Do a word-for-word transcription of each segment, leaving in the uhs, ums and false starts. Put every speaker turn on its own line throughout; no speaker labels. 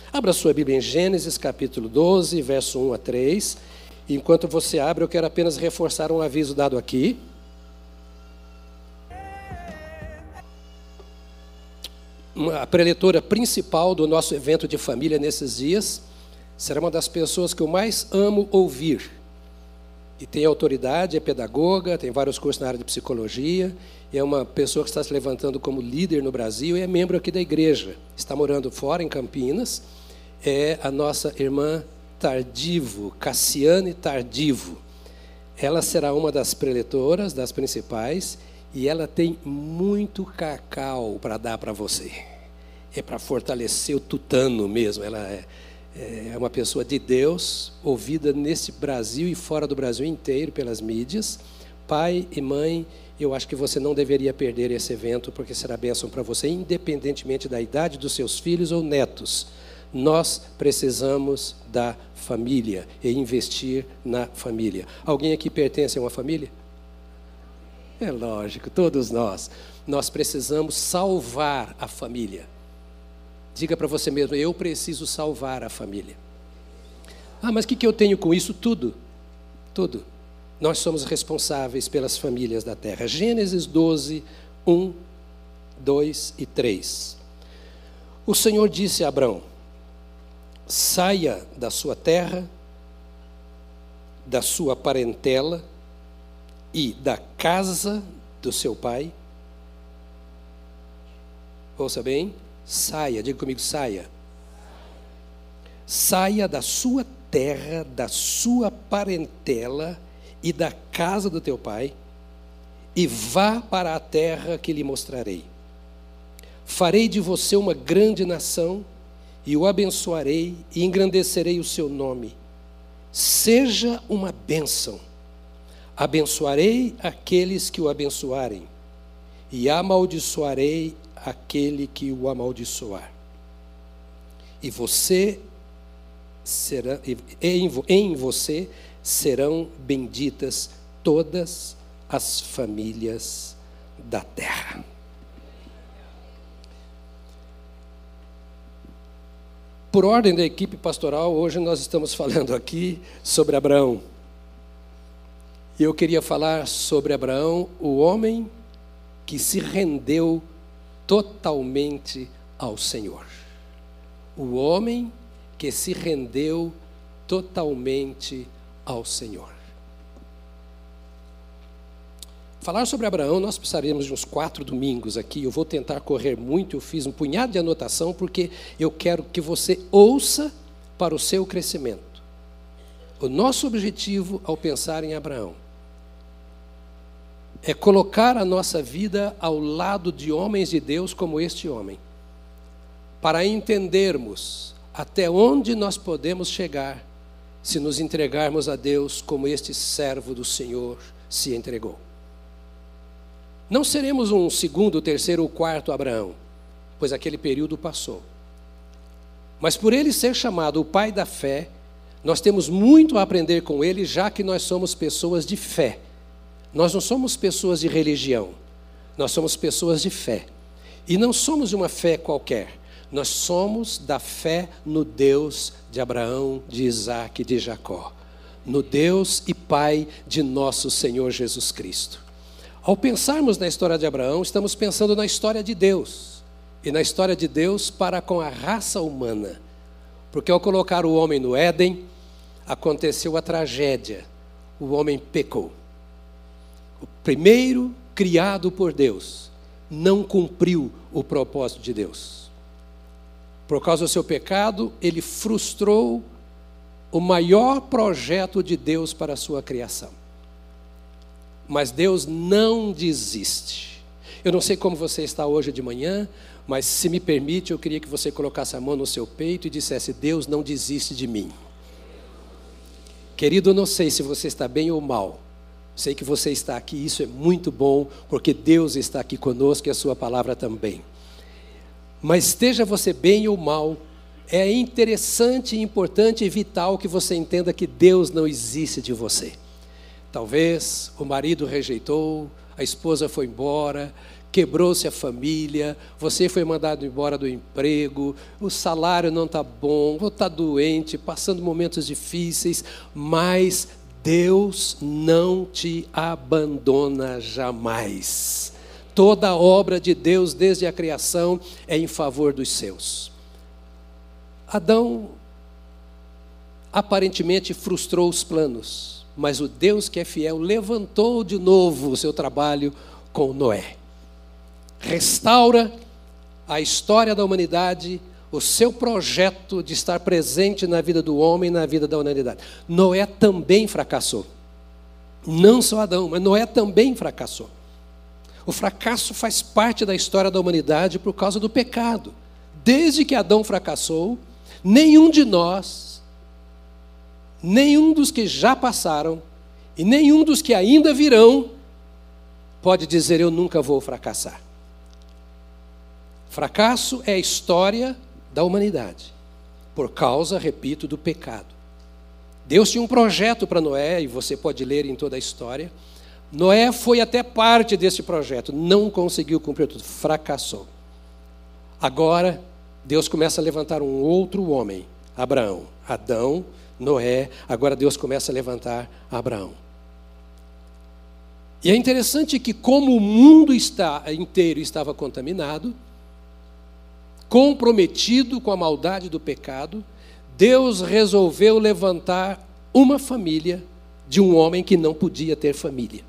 Abra sua Bíblia em Gênesis, capítulo doze, verso um a três. Enquanto você abre, eu quero apenas reforçar um aviso dado aqui. A preletora principal do nosso evento de família nesses dias será uma das pessoas que eu mais amo ouvir. E tem autoridade, é pedagoga, tem vários cursos na área de psicologia, e é uma pessoa que está se levantando como líder no Brasil e é membro aqui da igreja. Está morando fora, em Campinas. É a nossa irmã Tardivo, Cassiane Tardivo. Ela será uma das preletoras, das principais, e ela tem muito cacau para dar para você. É para fortalecer o tutano mesmo. Ela é, é uma pessoa de Deus, ouvida nesse Brasil e fora do Brasil inteiro pelas mídias. Pai e mãe, eu acho que você não deveria perder esse evento, porque será bênção para você, independentemente da idade dos seus filhos ou netos. Nós precisamos da família e investir na família. Alguém aqui pertence a uma família? É lógico, todos nós. Nós precisamos salvar a família. Diga para você mesmo, eu preciso salvar a família. Ah, mas o que, que eu tenho com isso? Tudo, tudo. Nós somos responsáveis pelas famílias da terra. Gênesis doze, um, dois e três. O Senhor disse a Abrão: saia da sua terra, da sua parentela e da casa do seu pai. Ouça bem, saia, diga comigo, saia. Saia da sua terra, da sua parentela e da casa do teu pai, e vá para a terra que lhe mostrarei. Farei de você uma grande nação, e o abençoarei e engrandecerei o seu nome. Seja uma bênção. Abençoarei aqueles que o abençoarem, e amaldiçoarei aquele que o amaldiçoar. E você será, em, em você serão benditas todas as famílias da terra. Por ordem da equipe pastoral, hoje nós estamos falando aqui sobre Abraão. E eu queria falar sobre Abraão, o homem que se rendeu totalmente ao Senhor. O homem que se rendeu totalmente ao Senhor. Falar sobre Abraão, nós precisaríamos de uns quatro domingos aqui. Eu vou tentar correr muito, eu fiz um punhado de anotação, porque eu quero que você ouça para o seu crescimento. O nosso objetivo ao pensar em Abraão é colocar a nossa vida ao lado de homens de Deus como este homem, para entendermos até onde nós podemos chegar se nos entregarmos a Deus como este servo do Senhor se entregou. Não seremos um segundo, terceiro ou quarto Abraão, pois aquele período passou. Mas por ele ser chamado o pai da fé, nós temos muito a aprender com ele, já que nós somos pessoas de fé. Nós não somos pessoas de religião, nós somos pessoas de fé. E não somos de uma fé qualquer, nós somos da fé no Deus de Abraão, de Isaac e de Jacó. No Deus e Pai de nosso Senhor Jesus Cristo. Ao pensarmos na história de Abraão, estamos pensando na história de Deus. E na história de Deus para com a raça humana. Porque ao colocar o homem no Éden, aconteceu a tragédia. O homem pecou. O primeiro criado por Deus não cumpriu o propósito de Deus. Por causa do seu pecado, ele frustrou o maior projeto de Deus para a sua criação. Mas Deus não desiste. Eu não sei como você está hoje de manhã, mas se me permite, eu queria que você colocasse a mão no seu peito e dissesse: Deus não desiste de mim. Querido, eu não sei se você está bem ou mal. Sei que você está aqui, isso é muito bom, porque Deus está aqui conosco e a sua palavra também. Mas esteja você bem ou mal, é interessante, importante e vital que você entenda que Deus não existe de você. Talvez o marido rejeitou, a esposa foi embora, quebrou-se a família, você foi mandado embora do emprego, o salário não está bom, ou está doente, passando momentos difíceis, mas Deus não te abandona jamais. Toda a obra de Deus, desde a criação, é em favor dos seus. Adão aparentemente frustrou os planos, mas o Deus que é fiel levantou de novo o seu trabalho com Noé. Restaura a história da humanidade, o seu projeto de estar presente na vida do homem e na vida da humanidade. Noé também fracassou. Não só Adão, mas Noé também fracassou. O fracasso faz parte da história da humanidade por causa do pecado. Desde que Adão fracassou, nenhum de nós, nenhum dos que já passaram e nenhum dos que ainda virão pode dizer: eu nunca vou fracassar. Fracasso é a história da humanidade, por causa, repito, do pecado. Deus tinha um projeto para Noé, e você pode ler em toda a história. Noé foi até parte desse projeto, não conseguiu cumprir tudo, fracassou. Agora, Deus começa a levantar um outro homem, Abraão. Adão, Noé, agora Deus começa a levantar Abraão. E é interessante que, como o mundo está, inteiro estava contaminado, comprometido com a maldade do pecado, Deus resolveu levantar uma família de um homem que não podia ter família.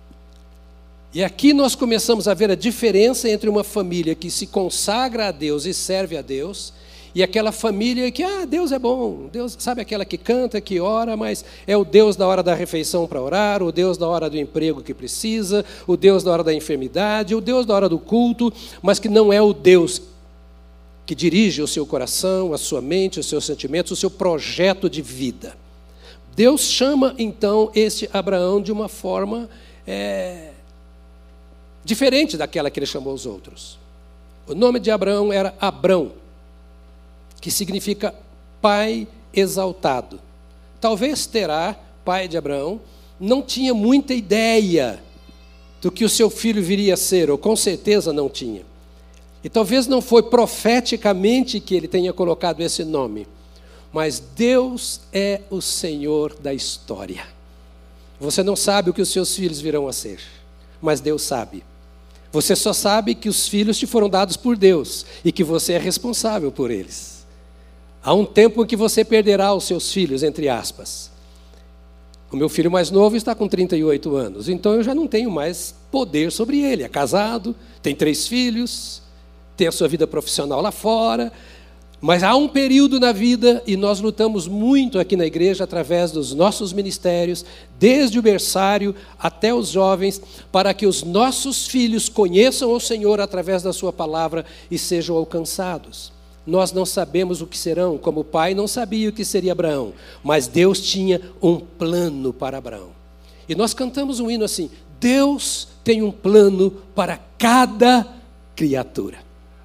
E aqui nós começamos a ver a diferença entre uma família que se consagra a Deus e serve a Deus, e aquela família que, ah, Deus é bom, Deus, sabe aquela que canta, que ora, mas é o Deus da hora da refeição para orar, o Deus da hora do emprego que precisa, o Deus da hora da enfermidade, o Deus da hora do culto, mas que não é o Deus que dirige o seu coração, a sua mente, os seus sentimentos, o seu projeto de vida. Deus chama, então, este Abraão de uma forma é, diferente daquela que ele chamou os outros. O nome de Abraão era Abrão, que significa pai exaltado. Talvez Terá, pai de Abraão, não tinha muita ideia do que o seu filho viria a ser, ou com certeza não tinha. E talvez não foi profeticamente que ele tenha colocado esse nome, mas Deus é o Senhor da história. Você não sabe o que os seus filhos virão a ser, mas Deus sabe. Você só sabe que os filhos te foram dados por Deus e que você é responsável por eles. Há um tempo em que você perderá os seus filhos, entre aspas. O meu filho mais novo está com trinta e oito anos, então eu já não tenho mais poder sobre ele. É casado, tem três filhos, tem a sua vida profissional lá fora, mas há um período na vida, e nós lutamos muito aqui na igreja, através dos nossos ministérios, desde o berçário até os jovens, para que os nossos filhos conheçam o Senhor através da sua palavra e sejam alcançados. Nós não sabemos o que serão, como o pai não sabia o que seria Abraão, mas Deus tinha um plano para Abraão. E nós cantamos um hino assim: Deus tem um plano para cada criatura.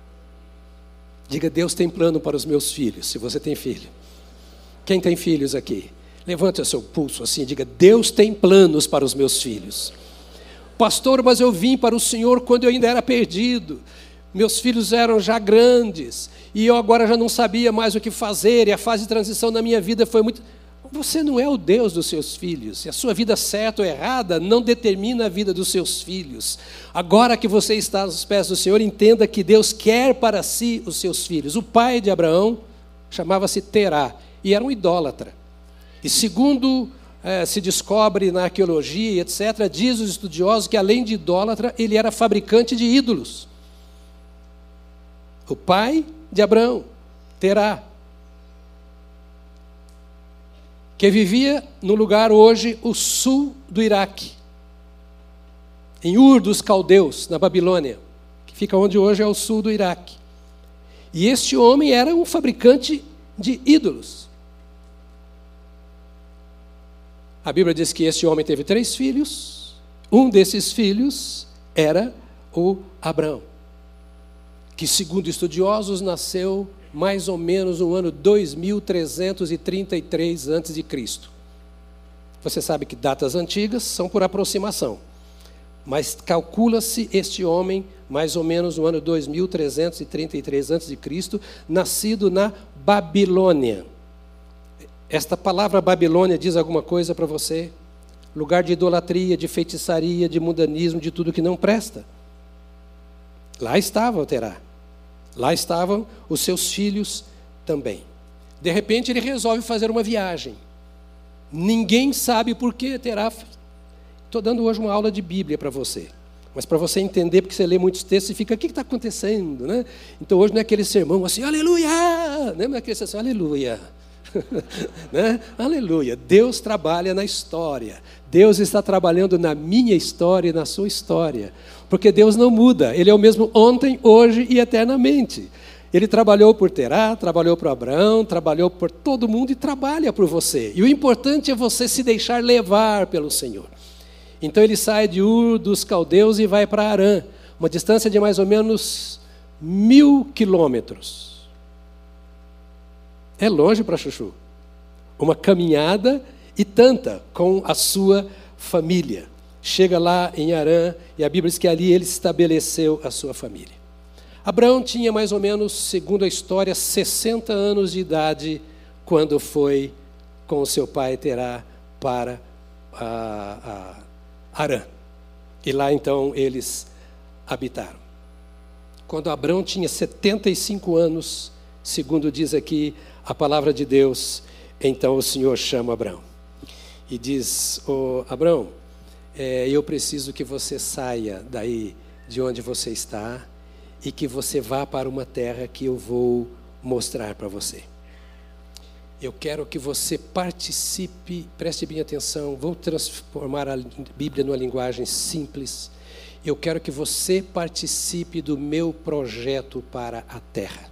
Diga: Deus tem plano para os meus filhos, se você tem filho. Quem tem filhos aqui? Levante o seu pulso assim e diga: Deus tem planos para os meus filhos. Pastor, mas eu vim para o Senhor quando eu ainda era perdido. Meus filhos eram já grandes e eu agora já não sabia mais o que fazer, e a fase de transição na minha vida foi muito... Você não é o Deus dos seus filhos, e a sua vida certa ou errada não determina a vida dos seus filhos. Agora que você está aos pés do Senhor, entenda que Deus quer para si os seus filhos. O pai de Abraão chamava-se Terá e era um idólatra. E segundo eh, se descobre na arqueologia e etcétera, diz os estudiosos que além de idólatra, ele era fabricante de ídolos. O pai de Abraão, Terá, que vivia no lugar hoje, o sul do Iraque, em Ur dos Caldeus, na Babilônia, que fica onde hoje é o sul do Iraque. E este homem era um fabricante de ídolos. A Bíblia diz que este homem teve três filhos, um desses filhos era o Abraão, que segundo estudiosos nasceu mais ou menos no ano dois mil trezentos e trinta e três antes de Cristo. Você sabe que datas antigas são por aproximação, mas calcula-se este homem mais ou menos no ano dois mil trezentos e trinta e três antes de Cristo, nascido na Babilônia. Esta palavra Babilônia diz alguma coisa para você? Lugar de idolatria, de feitiçaria, de mundanismo, de tudo que não presta. Lá estava Terá. Lá estavam os seus filhos também. De repente ele resolve fazer uma viagem. Ninguém sabe por que Terá. Estou dando hoje uma aula de Bíblia para você. Mas para você entender, porque você lê muitos textos e fica, o que está acontecendo? Né? Então hoje não é aquele sermão assim, aleluia! Não é aquele sermão, aleluia! né? Aleluia! Deus trabalha na história. Deus está trabalhando na minha história e na sua história. Porque Deus não muda. Ele é o mesmo ontem, hoje e eternamente. Ele trabalhou por Terá, trabalhou por Abraão, trabalhou por todo mundo e trabalha por você. E o importante é você se deixar levar pelo Senhor. Então ele sai de Ur dos Caldeus e vai para Harã, uma distância de mais ou menos mil quilômetros. É longe para Chuchu. Uma caminhada e tanta com a sua família. Chega lá em Harã e a Bíblia diz que ali ele estabeleceu a sua família. Abraão tinha mais ou menos, segundo a história, sessenta anos de idade quando foi com o seu pai Terá para a, a Harã. E lá então eles habitaram. Quando Abraão tinha setenta e cinco anos, segundo diz aqui a palavra de Deus, então o Senhor chama Abraão. E diz, oh, Abraão, é, eu preciso que você saia daí de onde você está e que você vá para uma terra que eu vou mostrar para você. Eu quero que você participe, preste bem atenção, vou transformar a Bíblia numa linguagem simples. Eu quero que você participe do meu projeto para a terra.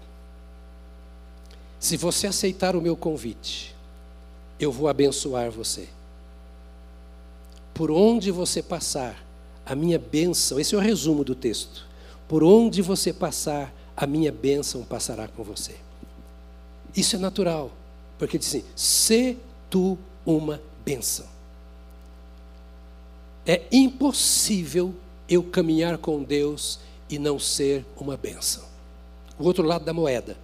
Se você aceitar o meu convite, eu vou abençoar você. Por onde você passar, a minha bênção, esse é o resumo do texto. Por onde você passar, a minha bênção passará com você. Isso é natural, porque diz assim, sê tu uma bênção. É impossível eu caminhar com Deus e não ser uma bênção. O outro lado da moeda.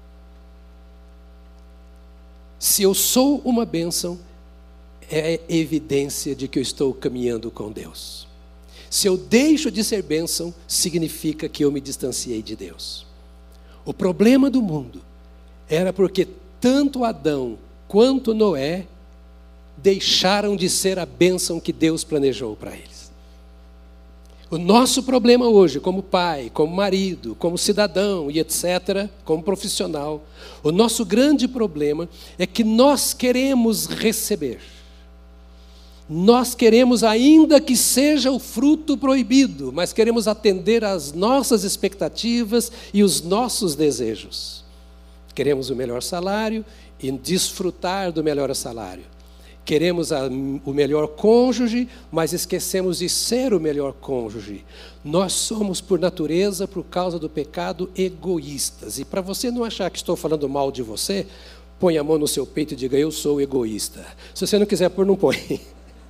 Se eu sou uma bênção, é evidência de que eu estou caminhando com Deus. Se eu deixo de ser bênção, significa que eu me distanciei de Deus. O problema do mundo era porque tanto Adão quanto Noé deixaram de ser a bênção que Deus planejou para eles. O nosso problema hoje, como pai, como marido, como cidadão e etcétera, como profissional, o nosso grande problema é que nós queremos receber. Nós queremos, ainda que seja o fruto proibido, mas queremos atender às nossas expectativas e os nossos desejos. Queremos o melhor salário e desfrutar do melhor salário. Queremos a, o melhor cônjuge, mas esquecemos de ser o melhor cônjuge. Nós somos, por natureza, por causa do pecado, egoístas. E para você não achar que estou falando mal de você, põe a mão no seu peito e diga, eu sou egoísta. Se você não quiser pôr, não põe.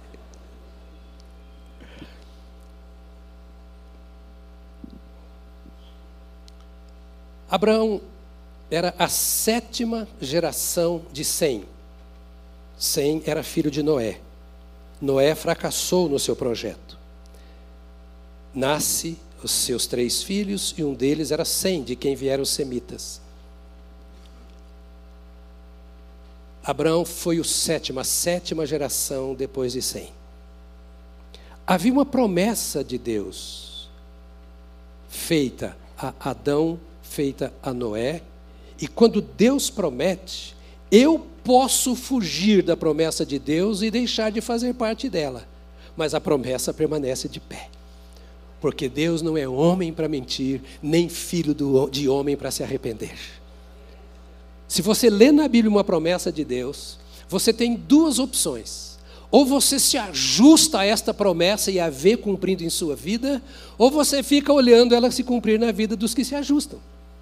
Abraão era a sétima geração de Sem. Sem era filho de Noé. Noé fracassou no seu projeto. Nasce os seus três filhos e um deles era Sem, de quem vieram os semitas. Abraão foi o sétimo, a sétima geração depois de Sem. Havia uma promessa de Deus feita a Adão, feita a Noé, e quando Deus promete, eu posso fugir da promessa de Deus e deixar de fazer parte dela, mas a promessa permanece de pé, porque Deus não é homem para mentir, nem filho do, de homem para se arrepender. Se você lê na Bíblia uma promessa de Deus, você tem duas opções: ou você se ajusta a esta promessa e a vê cumprindo em sua vida, ou você fica olhando ela se cumprir na vida dos que se ajustam.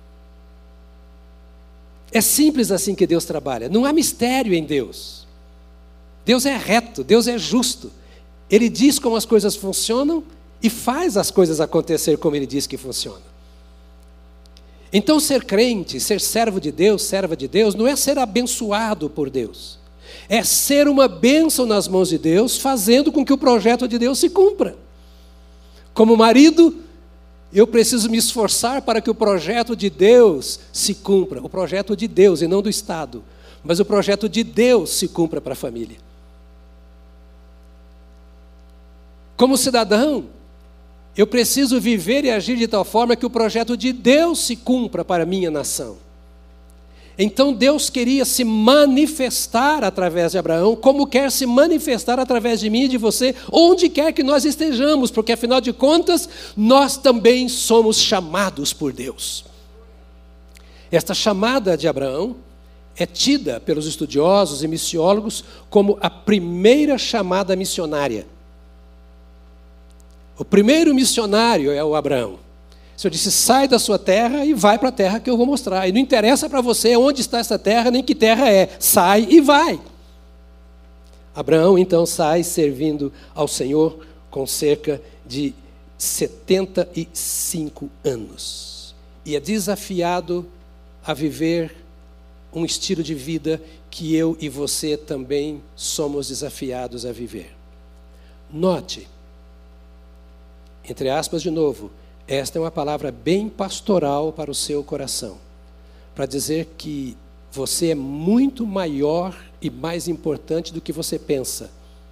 É simples assim que Deus trabalha, não há mistério em Deus. Deus é reto, Deus é justo. Ele diz como as coisas funcionam e faz as coisas acontecer como Ele diz que funciona. Então, ser crente, ser servo de Deus, serva de Deus, não é ser abençoado por Deus. É ser uma bênção nas mãos de Deus, fazendo com que o projeto de Deus se cumpra. Como marido, eu preciso me esforçar para que o projeto de Deus se cumpra. O projeto de Deus e não do Estado. Mas o projeto de Deus se cumpra para a família. Como cidadão, eu preciso viver e agir de tal forma que o projeto de Deus se cumpra para a minha nação. Então Deus queria se manifestar através de Abraão, como quer se manifestar através de mim e de você, onde quer que nós estejamos, porque afinal de contas, nós também somos chamados por Deus. Esta chamada de Abraão é tida pelos estudiosos e missiólogos como a primeira chamada missionária. O primeiro missionário é o Abraão. O Senhor disse, sai da sua terra e vai para a terra que eu vou mostrar. E não interessa para você onde está essa terra, nem que terra é. Sai e vai. Abraão, então, sai servindo ao Senhor com cerca de setenta e cinco anos. E é desafiado a viver um estilo de vida que eu e você também somos desafiados a viver. Note, entre aspas de novo, esta é uma palavra bem pastoral para o seu coração, para dizer que você é muito maior e mais importante do que você pensa.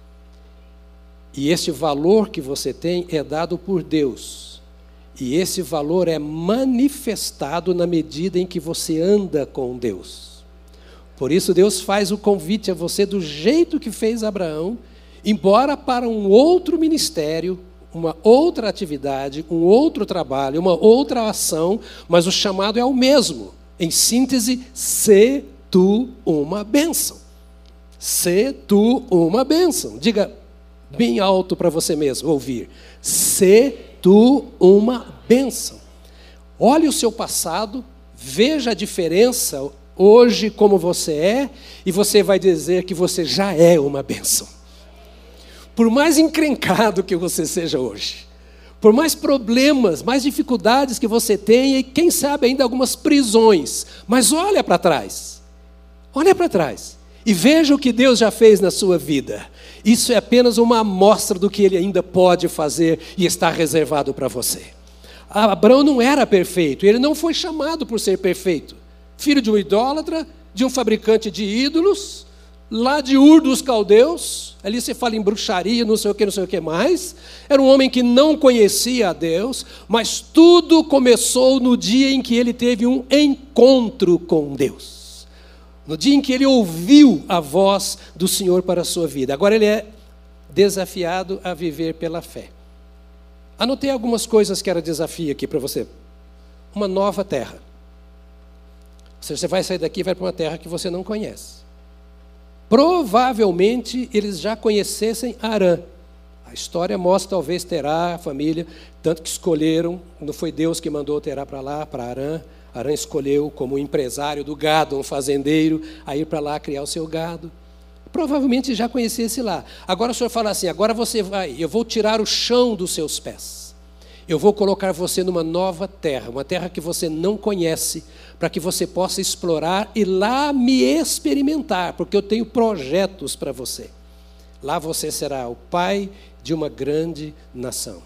E este valor que você tem é dado por Deus. E esse valor é manifestado na medida em que você anda com Deus. Por isso Deus faz o convite a você do jeito que fez Abraão, embora para um outro ministério, uma outra atividade, um outro trabalho, uma outra ação, mas o chamado é o mesmo. Em síntese, sê tu uma bênção. Sê tu uma bênção. Diga bem alto para você mesmo ouvir. Sê tu uma bênção. Olhe o seu passado, veja a diferença hoje como você é, e você vai dizer que você já é uma bênção. Por mais encrencado que você seja hoje, por mais problemas, mais dificuldades que você tenha, e quem sabe ainda algumas prisões, mas olha para trás, olha para trás, e veja o que Deus já fez na sua vida. Isso é apenas uma amostra do que Ele ainda pode fazer e está reservado para você. Abraão não era perfeito, ele não foi chamado por ser perfeito. Filho de um idólatra, de um fabricante de ídolos, lá de Ur dos Caldeus, ali se fala em bruxaria, não sei o que, não sei o que mais. Era um homem que não conhecia a Deus, mas tudo começou no dia em que ele teve um encontro com Deus. No dia em que ele ouviu a voz do Senhor para a sua vida. Agora ele é desafiado a viver pela fé. Anotei algumas coisas que era desafio aqui para você. Uma nova terra. Ou seja, você vai sair daqui e vai para uma terra que você não conhece. Provavelmente eles já conhecessem Harã. A história mostra, talvez Terá, a família, tanto que escolheram, não foi Deus que mandou Terá para lá, para Harã. Harã escolheu como empresário do gado, um fazendeiro, a ir para lá criar o seu gado. Provavelmente já conhecesse lá. Agora o Senhor fala assim, agora você vai, eu vou tirar o chão dos seus pés. Eu vou colocar você numa nova terra, uma terra que você não conhece, para que você possa explorar e lá me experimentar, porque eu tenho projetos para você. Lá você será o pai de uma grande nação.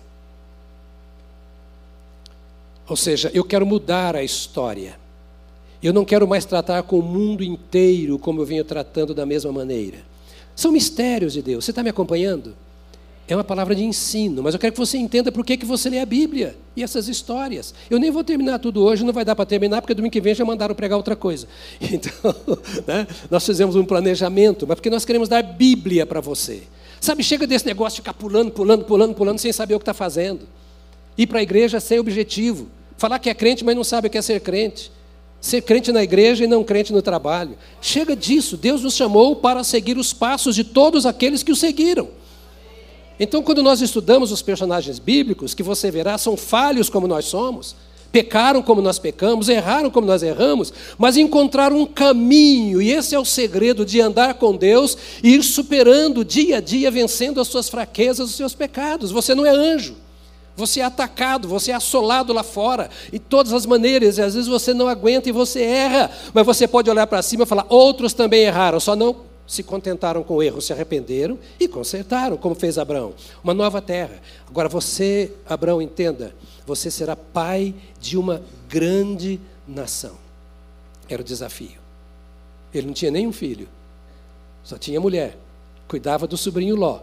Ou seja, eu quero mudar a história. Eu não quero mais tratar com o mundo inteiro como eu venho tratando da mesma maneira. São mistérios de Deus. Você está me acompanhando? É uma palavra de ensino, mas eu quero que você entenda por que que você lê a Bíblia e essas histórias. Eu nem vou terminar tudo hoje, não vai dar para terminar, porque domingo que vem já mandaram pregar outra coisa. Então, né, nós fizemos um planejamento, mas porque nós queremos dar Bíblia para você. Sabe, chega desse negócio de ficar pulando, pulando, pulando, pulando, sem saber o que está fazendo. Ir para a igreja sem objetivo. Falar que é crente, mas não sabe o que é ser crente. Ser crente na igreja e não crente no trabalho. Chega disso, Deus nos chamou para seguir os passos de todos aqueles que o seguiram. Então, quando nós estudamos os personagens bíblicos, que você verá, são falhos como nós somos, pecaram como nós pecamos, erraram como nós erramos, mas encontraram um caminho, e esse é o segredo de andar com Deus e ir superando dia a dia, vencendo as suas fraquezas, os seus pecados. Você não é anjo, você é atacado, você é assolado lá fora, de todas as maneiras, e às vezes você não aguenta e você erra, mas você pode olhar para cima e falar, outros também erraram, só não se contentaram com o erro, se arrependeram e consertaram, como fez Abraão. Uma nova terra. Agora você, Abraão, entenda, você será pai de uma grande nação. Era o desafio. Ele não tinha nenhum filho, só tinha mulher, cuidava do sobrinho Ló.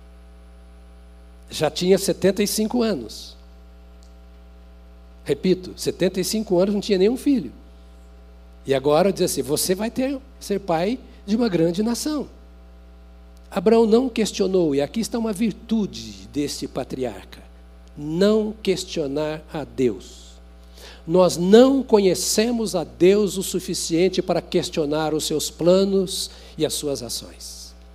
Já tinha setenta e cinco anos. Repito, setenta e cinco anos, não tinha nenhum filho. E agora diz assim, você vai ter, ser pai de uma grande nação. Abraão não questionou, e aqui está uma virtude desse patriarca, não questionar a Deus. Nós não conhecemos a Deus o suficiente para questionar os seus planos e as suas ações.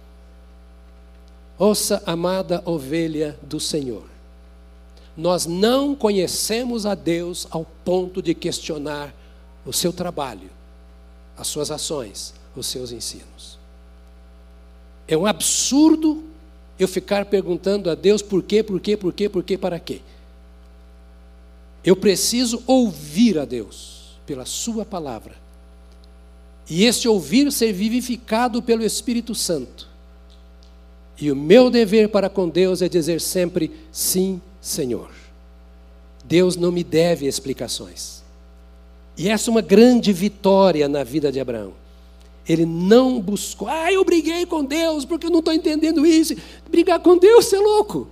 Ouça, amada ovelha do Senhor, nós não conhecemos a Deus ao ponto de questionar o seu trabalho, as suas ações, os seus ensinos. É um absurdo eu ficar perguntando a Deus por quê, por quê, por quê, por quê, para quê. Eu preciso ouvir a Deus pela sua palavra. E este ouvir ser vivificado pelo Espírito Santo. E o meu dever para com Deus é dizer sempre, sim, Senhor. Deus não me deve explicações. E essa é uma grande vitória na vida de Abraão. Ele não buscou, ah, eu briguei com Deus porque eu não estou entendendo isso. Brigar com Deus, você é louco.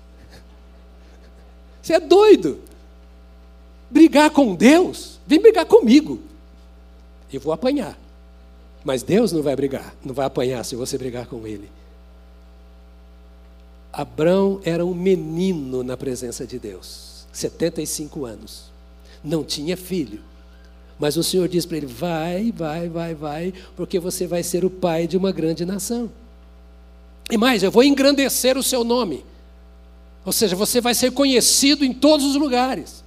Você é doido. Brigar com Deus, vem brigar comigo. Eu vou apanhar. Mas Deus não vai brigar, não vai apanhar se você brigar com Ele. Abraão era um menino na presença de Deus, setenta e cinco anos, não tinha filho, mas o Senhor diz para ele, vai, vai, vai, vai, porque você vai ser o pai de uma grande nação, e mais, eu vou engrandecer o seu nome, ou seja, você vai ser conhecido em todos os lugares,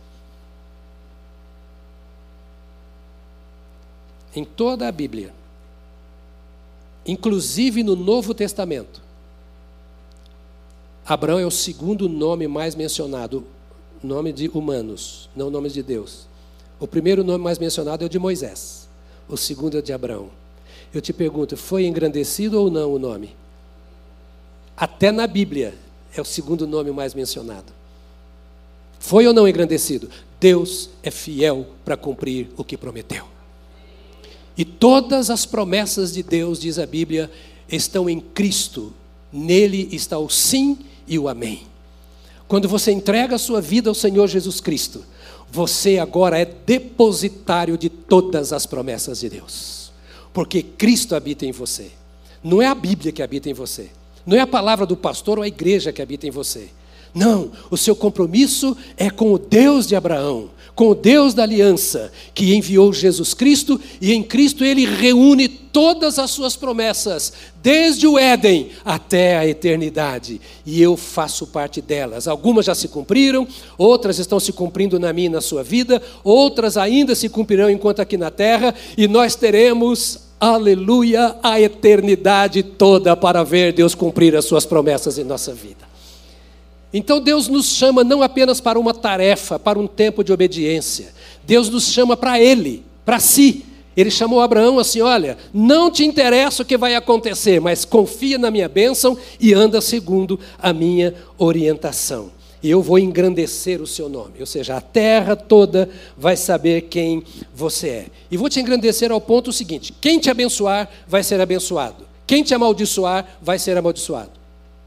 em toda a Bíblia, inclusive no Novo Testamento, Abraão é o segundo nome mais mencionado, nome de humanos, não nome de Deus. O primeiro nome mais mencionado é o de Moisés, o segundo é o de Abraão. Eu te pergunto, foi engrandecido ou não o nome? Até na Bíblia é o segundo nome mais mencionado. Foi ou não engrandecido? Deus é fiel para cumprir o que prometeu. E todas as promessas de Deus, diz a Bíblia, estão em Cristo. Nele está o sim e o amém. Quando você entrega a sua vida ao Senhor Jesus Cristo, você agora é depositário de todas as promessas de Deus, porque Cristo habita em você. Não é a Bíblia que habita em você, não é a palavra do pastor ou a igreja que habita em você. Não, o seu compromisso é com o Deus de Abraão, com o Deus da aliança, que enviou Jesus Cristo, e em Cristo Ele reúne todas as suas promessas, desde o Éden até a eternidade, e eu faço parte delas. Algumas já se cumpriram, outras estão se cumprindo na minha e na sua vida, outras ainda se cumprirão enquanto aqui na terra, e nós teremos, aleluia, a eternidade toda para ver Deus cumprir as suas promessas em nossa vida. Então Deus nos chama não apenas para uma tarefa, para um tempo de obediência. Deus nos chama para Ele, para si. Ele chamou Abraão assim, olha, não te interessa o que vai acontecer, mas confia na minha bênção e anda segundo a minha orientação. E eu vou engrandecer o seu nome, ou seja, a terra toda vai saber quem você é. E vou te engrandecer ao ponto seguinte, quem te abençoar vai ser abençoado, quem te amaldiçoar vai ser amaldiçoado.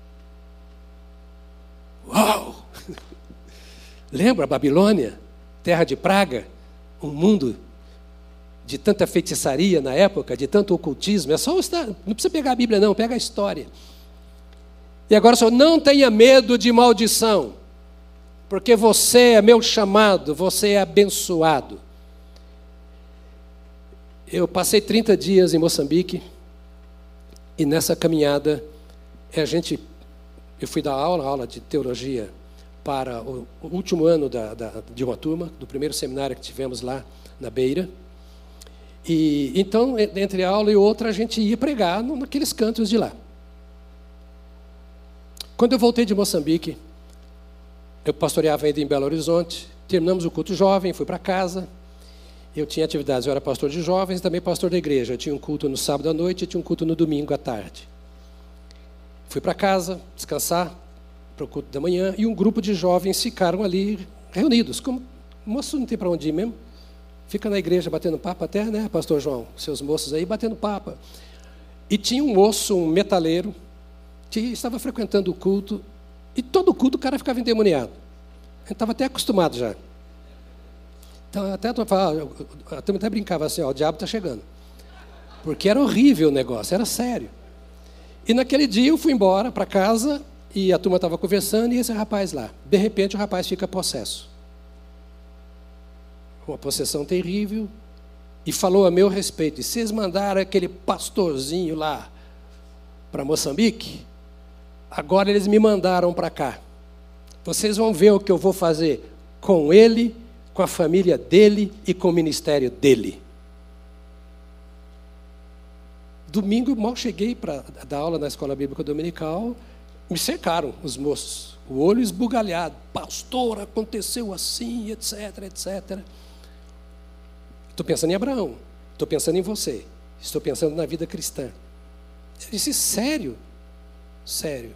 Uau! Lembra a Babilônia, terra de praga, um mundo de tanta feitiçaria na época, de tanto ocultismo, é só estar, não precisa pegar a Bíblia não, pega a história. E agora só não tenha medo de maldição, porque você é meu chamado, você é abençoado. Eu passei trinta dias em Moçambique, e nessa caminhada, a gente... Eu fui dar aula, aula de teologia para o último ano da, da, de uma turma, do primeiro seminário que tivemos lá na Beira. E então, entre aula e outra, a gente ia pregar naqueles cantos de lá. Quando eu voltei de Moçambique, eu pastoreava ainda em Belo Horizonte, terminamos o culto jovem, fui para casa. Eu tinha atividades, eu era pastor de jovens e também pastor da igreja. Eu tinha um culto no sábado à noite e tinha um culto no domingo à tarde. Fui para casa, descansar, para o culto da manhã, e um grupo de jovens ficaram ali reunidos. Como moço não tem para onde ir mesmo, fica na igreja batendo papo até, né, pastor João? Seus moços aí batendo papo. E tinha um moço, um metaleiro, que estava frequentando o culto, e todo culto o cara ficava endemoniado. Ele estava até acostumado já. Então, até, até, até brincava assim, ó, o diabo está chegando. Porque era horrível o negócio, era sério. E naquele dia eu fui embora para casa, e a turma estava conversando, e esse rapaz lá. De repente o rapaz fica possesso. Uma possessão terrível, e falou a meu respeito. E vocês mandaram aquele pastorzinho lá para Moçambique? Agora eles me mandaram para cá. Vocês vão ver o que eu vou fazer com ele, com a família dele e com o ministério dele. Domingo, mal cheguei para dar aula na escola bíblica dominical, me cercaram os moços, o olho esbugalhado. Pastor, aconteceu assim, etc, etcétera. Estou pensando em Abraão, estou pensando em você, estou pensando na vida cristã. Eu disse, sério? Sério.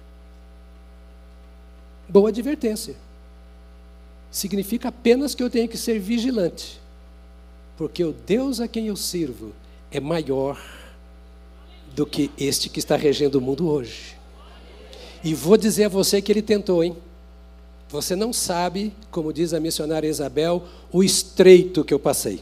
Boa advertência. Significa apenas que eu tenho que ser vigilante, porque o Deus a quem eu sirvo é maior do que este que está regendo o mundo hoje. E vou dizer a você que ele tentou, hein? Você não sabe, como diz a missionária Isabel, o estreito que eu passei.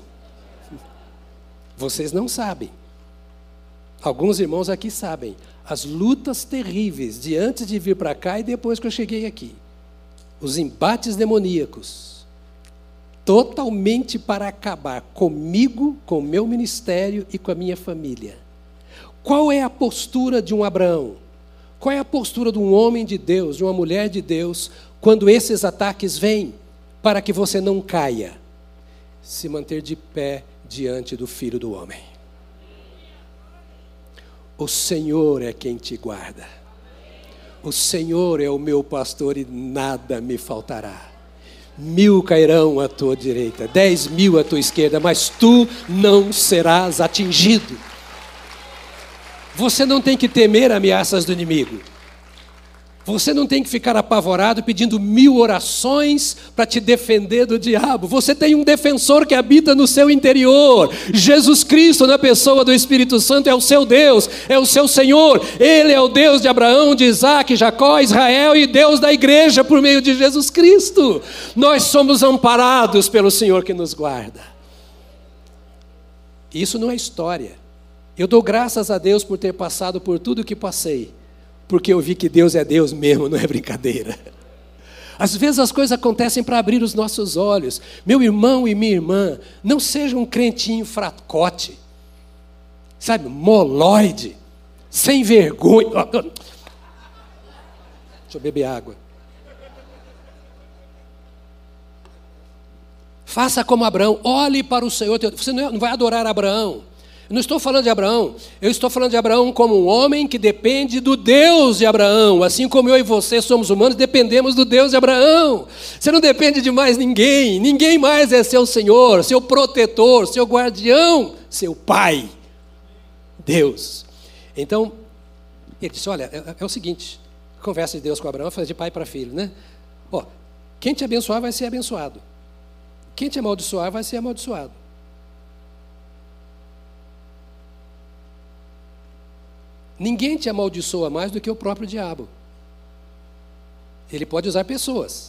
Vocês não sabem. Alguns irmãos aqui sabem. As lutas terríveis de antes de vir para cá e depois que eu cheguei aqui. Os embates demoníacos. Totalmente para acabar comigo, com o meu ministério e com a minha família. Qual é a postura de um Abraão? Qual é a postura de um homem de Deus, de uma mulher de Deus, quando esses ataques vêm, para que você não caia? Se manter de pé diante do Filho do Homem. O Senhor é quem te guarda. O Senhor é o meu pastor e nada me faltará. Mil cairão à tua direita, dez mil à tua esquerda, mas tu não serás atingido. Você não tem que temer ameaças do inimigo. Você não tem que ficar apavorado pedindo mil orações para te defender do diabo. Você tem um defensor que habita no seu interior. Jesus Cristo, na pessoa do Espírito Santo, é o seu Deus, é o seu Senhor. Ele é o Deus de Abraão, de Isaac, Jacó, Israel e Deus da igreja por meio de Jesus Cristo. Nós somos amparados pelo Senhor que nos guarda. Isso não é história. Eu dou graças a Deus por ter passado por tudo o que passei. Porque eu vi que Deus é Deus mesmo, não é brincadeira. Às vezes as coisas acontecem para abrir os nossos olhos. Meu irmão e minha irmã, não seja um crentinho fracote, sabe, moloide, sem vergonha. Deixa eu beber água. Faça como Abraão, olhe para o Senhor. Você não vai adorar Abraão. Eu não estou falando de Abraão, eu estou falando de Abraão como um homem que depende do Deus de Abraão, assim como eu e você somos humanos, dependemos do Deus de Abraão. Você não depende de mais ninguém, ninguém mais é seu Senhor, seu protetor, seu guardião, seu Pai, Deus. Então, ele disse, olha, é, é o seguinte, conversa de Deus com Abraão, faz de pai para filho, né? Ó, quem te abençoar vai ser abençoado, quem te amaldiçoar vai ser amaldiçoado. Ninguém te amaldiçoa mais do que o próprio diabo. Ele pode usar pessoas.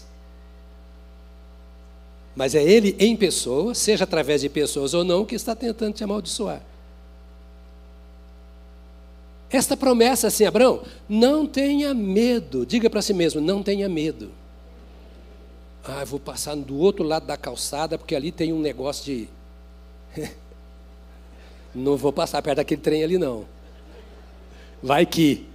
Mas é ele em pessoa, seja através de pessoas ou não, que está tentando te amaldiçoar. Esta promessa assim, Abraão, não tenha medo. Diga para si mesmo, não tenha medo. Ah, eu vou passar do outro lado da calçada, porque ali tem um negócio de... Não vou passar perto daquele trem ali não. Vai que...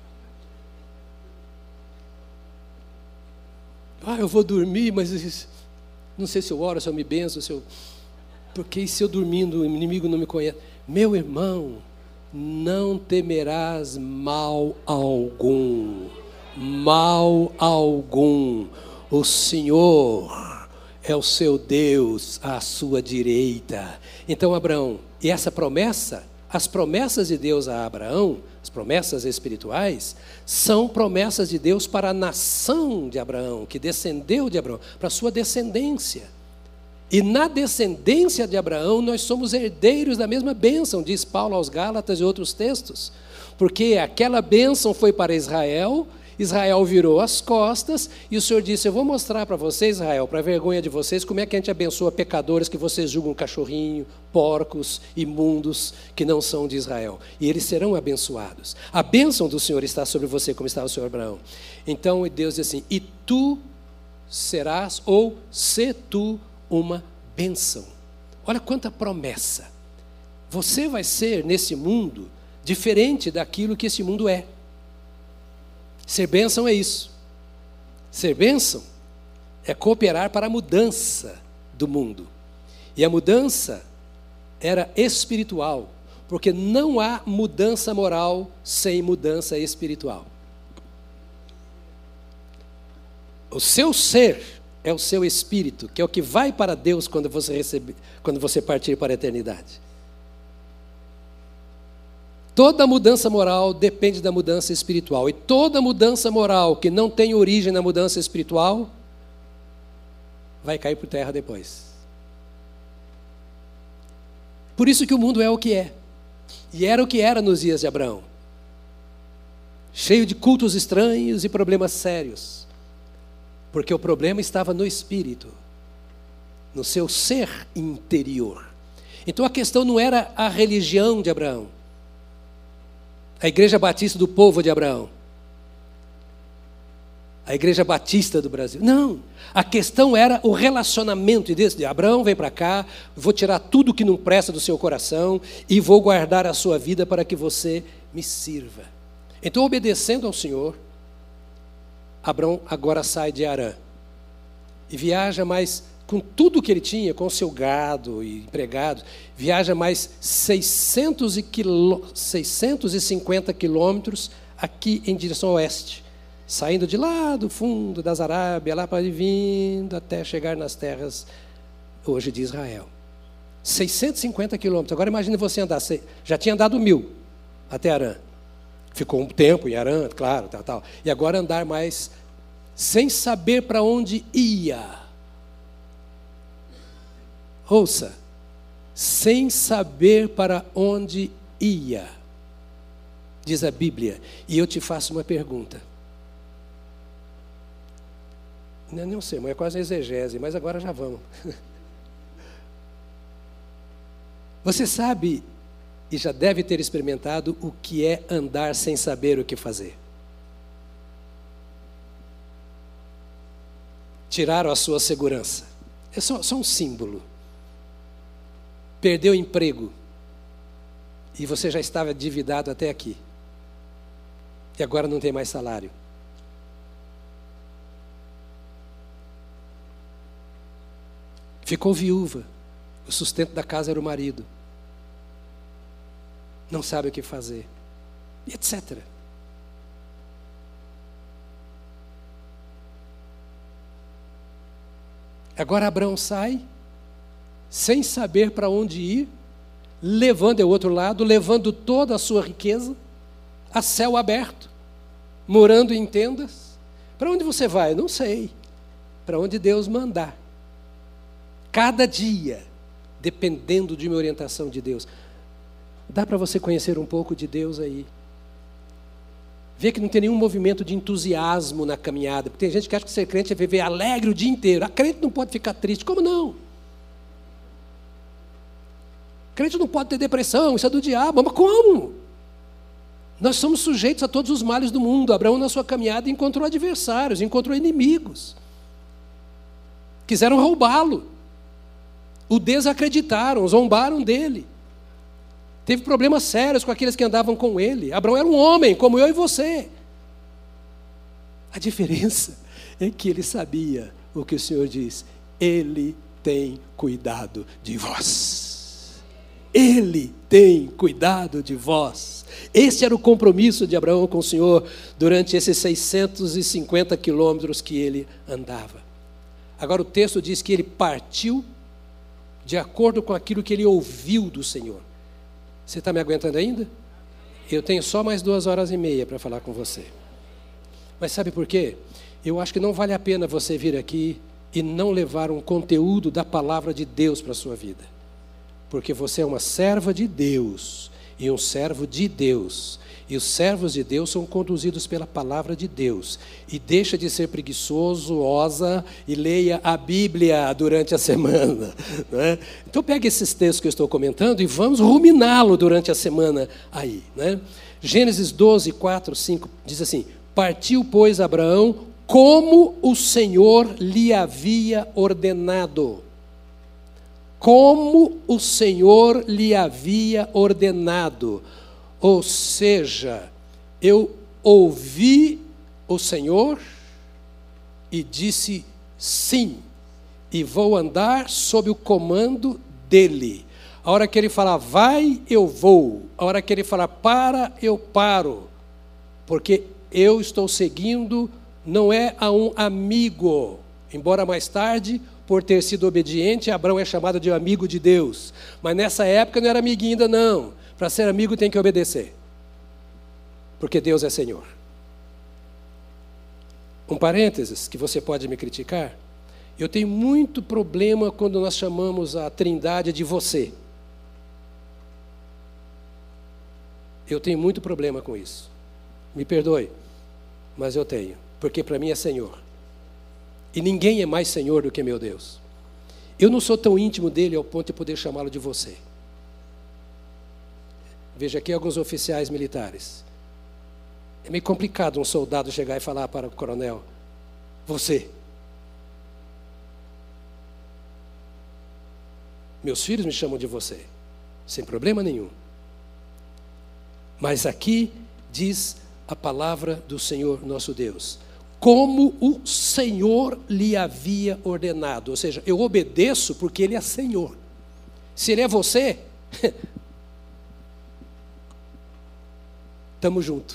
Ah, eu vou dormir, mas não sei se eu oro, se eu me benço, se eu... Porque se eu dormindo, o inimigo não me conhece. Meu irmão, não temerás mal algum. Mal algum. o Senhor é o seu Deus à sua direita. Então, Abraão, e essa promessa, as promessas de Deus a Abraão, as promessas espirituais, são promessas de Deus para a nação de Abraão, que descendeu de Abraão, para a sua descendência. E na descendência de Abraão, nós somos herdeiros da mesma bênção, diz Paulo aos Gálatas e outros textos. Porque aquela bênção foi para Israel, Israel virou as costas, e o Senhor disse, eu vou mostrar para vocês, Israel, para a vergonha de vocês, como é que a gente abençoa pecadores que vocês julgam cachorrinho, porcos, imundos, que não são de Israel. E eles serão abençoados. A bênção do Senhor está sobre você, como estava o Senhor Abraão. Então Deus diz assim, e tu serás, ou se tu, uma bênção. Olha quanta promessa. Você vai ser, nesse mundo, diferente daquilo que esse mundo é. Ser bênção é isso. Ser bênção é cooperar para a mudança do mundo. E a mudança era espiritual, porque não há mudança moral sem mudança espiritual. O seu ser é o seu espírito, que é o que vai para Deus quando você receber, quando você partir para a eternidade. Toda mudança moral depende da mudança espiritual. E toda mudança moral que não tem origem na mudança espiritual, vai cair por terra depois. Por isso que o mundo é o que é. E era o que era nos dias de Abraão. Cheio de cultos estranhos e problemas sérios. Porque o problema estava no espírito, no seu ser interior. Então a questão não era a religião de Abraão, a Igreja Batista do povo de Abraão, a Igreja Batista do Brasil. Não, a questão era o relacionamento de Abraão, vem para cá, vou tirar tudo que não presta do seu coração e vou guardar a sua vida para que você me sirva. Então, obedecendo ao Senhor, Abraão agora sai de Harã e viaja mais, com tudo que ele tinha, com o seu gado e empregados, viaja mais seiscentos e cinquenta quilômetros aqui em direção ao oeste, saindo de lá do fundo das Arábias, lá para vindo até chegar nas terras hoje de Israel. seiscentos e cinquenta quilômetros. Agora imagine você andar, já tinha andado mil até Harã. Ficou um tempo em Harã, claro, tal, tal. E agora andar mais, sem saber para onde ia. Ouça, sem saber para onde ia, diz a Bíblia. E eu te faço uma pergunta. Não, não sei, mas é quase exegese, mas agora já vamos. Você sabe, e já deve ter experimentado, o que é andar sem saber o que fazer. Tiraram a sua segurança. É só, só um símbolo. Perdeu o emprego. E você já estava endividado até aqui. E agora não tem mais salário. Ficou viúva. O sustento da casa era o marido. Não sabe o que fazer. E etcétera. Agora Abraão sai, sem saber para onde ir, levando ao outro lado, levando toda a sua riqueza, a céu aberto, morando em tendas. Para onde você vai? Não sei. Para onde Deus mandar. Cada dia, dependendo de uma orientação de Deus. Dá para você conhecer um pouco de Deus aí. Vê que não tem nenhum movimento de entusiasmo na caminhada. Porque tem gente que acha que ser crente é viver alegre o dia inteiro. A crente não pode ficar triste. Como não? Crente não pode ter depressão, isso é do diabo. Mas como? Nós somos sujeitos a todos os males do mundo. Abraão, na sua caminhada, encontrou adversários, encontrou inimigos. Quiseram roubá-lo. O desacreditaram, zombaram dele. Teve problemas sérios com aqueles que andavam com ele. Abraão era um homem, como eu e você. A diferença é que ele sabia o que o Senhor diz. Ele tem cuidado de vós. Ele tem cuidado de vós. Esse era o compromisso de Abraão com o Senhor durante esses seiscentos e cinquenta quilômetros que ele andava. Agora o texto diz que ele partiu de acordo com aquilo que ele ouviu do Senhor. Você está me aguentando ainda? Eu tenho só mais duas horas e meia para falar com você. Mas sabe por quê? Eu acho que não vale a pena você vir aqui e não levar um conteúdo da palavra de Deus para a sua vida. Porque você é uma serva de Deus e um servo de Deus. E os servos de Deus são conduzidos pela palavra de Deus. E deixa de ser preguiçoso, ousa e leia a Bíblia durante a semana. Né? Então pegue esses textos que eu estou comentando e vamos ruminá-lo durante a semana aí. Né? Gênesis doze, quatro, cinco diz assim: partiu, pois, Abraão como o Senhor lhe havia ordenado. Como o Senhor lhe havia ordenado. Ou seja, eu ouvi o Senhor e disse sim, e vou andar sob o comando dEle. A hora que Ele falar vai, eu vou. A hora que Ele falar para, eu paro. Porque eu estou seguindo, não é a um amigo. Embora mais tarde, por ter sido obediente, Abraão é chamado de amigo de Deus. Mas nessa época não era amiguinho ainda não. Para ser amigo tem que obedecer. Porque Deus é Senhor. Um parênteses, que você pode me criticar. Eu tenho muito problema quando nós chamamos a Trindade de você. Eu tenho muito problema com isso. Me perdoe, mas eu tenho. Porque para mim é Senhor. E ninguém é mais Senhor do que meu Deus. Eu não sou tão íntimo dele ao ponto de poder chamá-lo de você. Veja aqui alguns oficiais militares. É meio complicado um soldado chegar e falar para o coronel: você. Meus filhos me chamam de você, sem problema nenhum. Mas aqui diz a palavra do Senhor nosso Deus: como o Senhor lhe havia ordenado. Ou seja, eu obedeço porque Ele é Senhor. Se Ele é você, estamos juntos.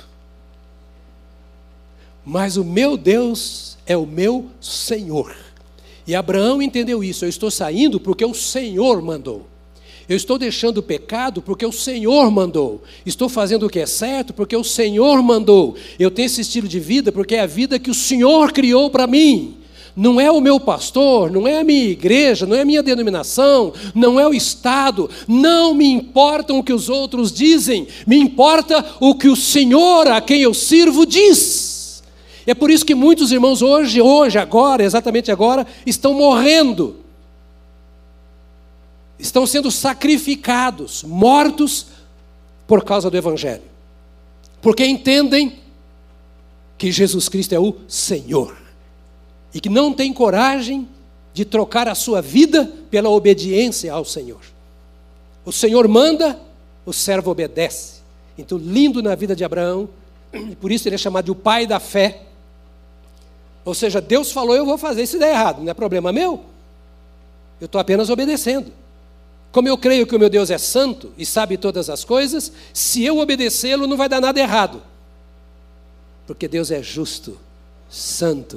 Mas o meu Deus é o meu Senhor. E Abraão entendeu isso. Eu estou saindo porque o Senhor mandou. Eu estou deixando o pecado porque o Senhor mandou. Estou fazendo o que é certo porque o Senhor mandou. Eu tenho esse estilo de vida porque é a vida que o Senhor criou para mim. Não é o meu pastor, não é a minha igreja, não é a minha denominação, não é o Estado. Não me importam o que os outros dizem. Me importa o que o Senhor, a quem eu sirvo, diz. É por isso que muitos irmãos hoje, hoje, agora, exatamente agora, estão morrendo. Estão sendo sacrificados, mortos por causa do Evangelho. Porque entendem que Jesus Cristo é o Senhor. E que não tem coragem de trocar a sua vida pela obediência ao Senhor. O Senhor manda, o servo obedece. Então, lindo na vida de Abraão, por isso ele é chamado de o pai da fé. Ou seja, Deus falou, eu vou fazer, se der errado, não é problema meu. Eu estou apenas obedecendo. Como eu creio que o meu Deus é santo e sabe todas as coisas, se eu obedecê-lo não vai dar nada errado. Porque Deus é justo, santo.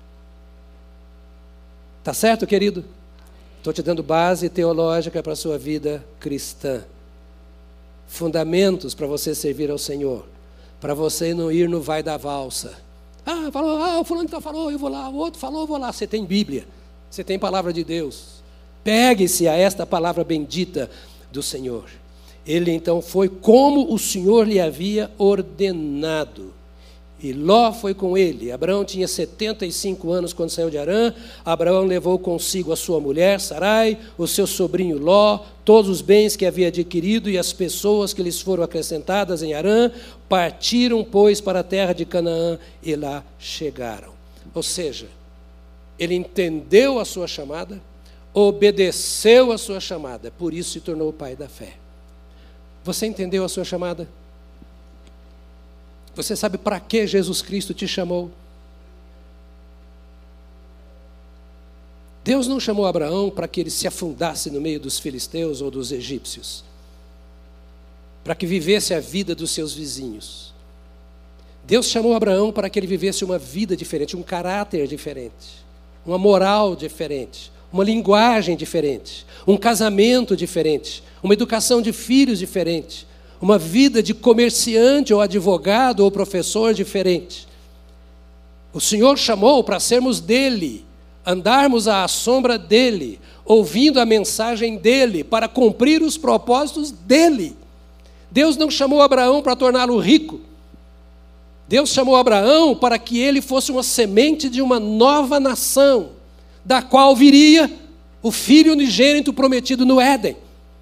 Tá certo, querido? Estou te dando base teológica para a sua vida cristã. Fundamentos para você servir ao Senhor. Para você não ir no vai da valsa. Ah, falou, ah, o fulano falou, eu vou lá. O outro falou, eu vou lá. Você tem Bíblia. Você tem palavra de Deus. Pegue-se a esta palavra bendita do Senhor. Ele então foi como o Senhor lhe havia ordenado. E Ló foi com ele. Abraão tinha setenta e cinco anos quando saiu de Harã. Abraão levou consigo a sua mulher, Sarai, o seu sobrinho Ló, todos os bens que havia adquirido e as pessoas que lhes foram acrescentadas em Harã. Partiram, pois, para a terra de Canaã e lá chegaram. Ou seja, ele entendeu a sua chamada, obedeceu a sua chamada, por isso se tornou o pai da fé. Você entendeu a sua chamada? Você sabe para que Jesus Cristo te chamou? Deus não chamou Abraão para que ele se afundasse no meio dos filisteus ou dos egípcios. para que vivesse a vida dos seus vizinhos. Deus chamou Abraão para que ele vivesse uma vida diferente, um caráter diferente, uma moral diferente, uma linguagem diferente, um casamento diferente, uma educação de filhos diferente, uma vida de comerciante ou advogado ou professor diferente. O Senhor chamou para sermos dele, andarmos à sombra dele, ouvindo a mensagem dele, para cumprir os propósitos dele. Deus não chamou Abraão para torná-lo rico. Deus chamou Abraão para que ele fosse uma semente de uma nova nação, da qual viria o Filho unigênito prometido no Éden.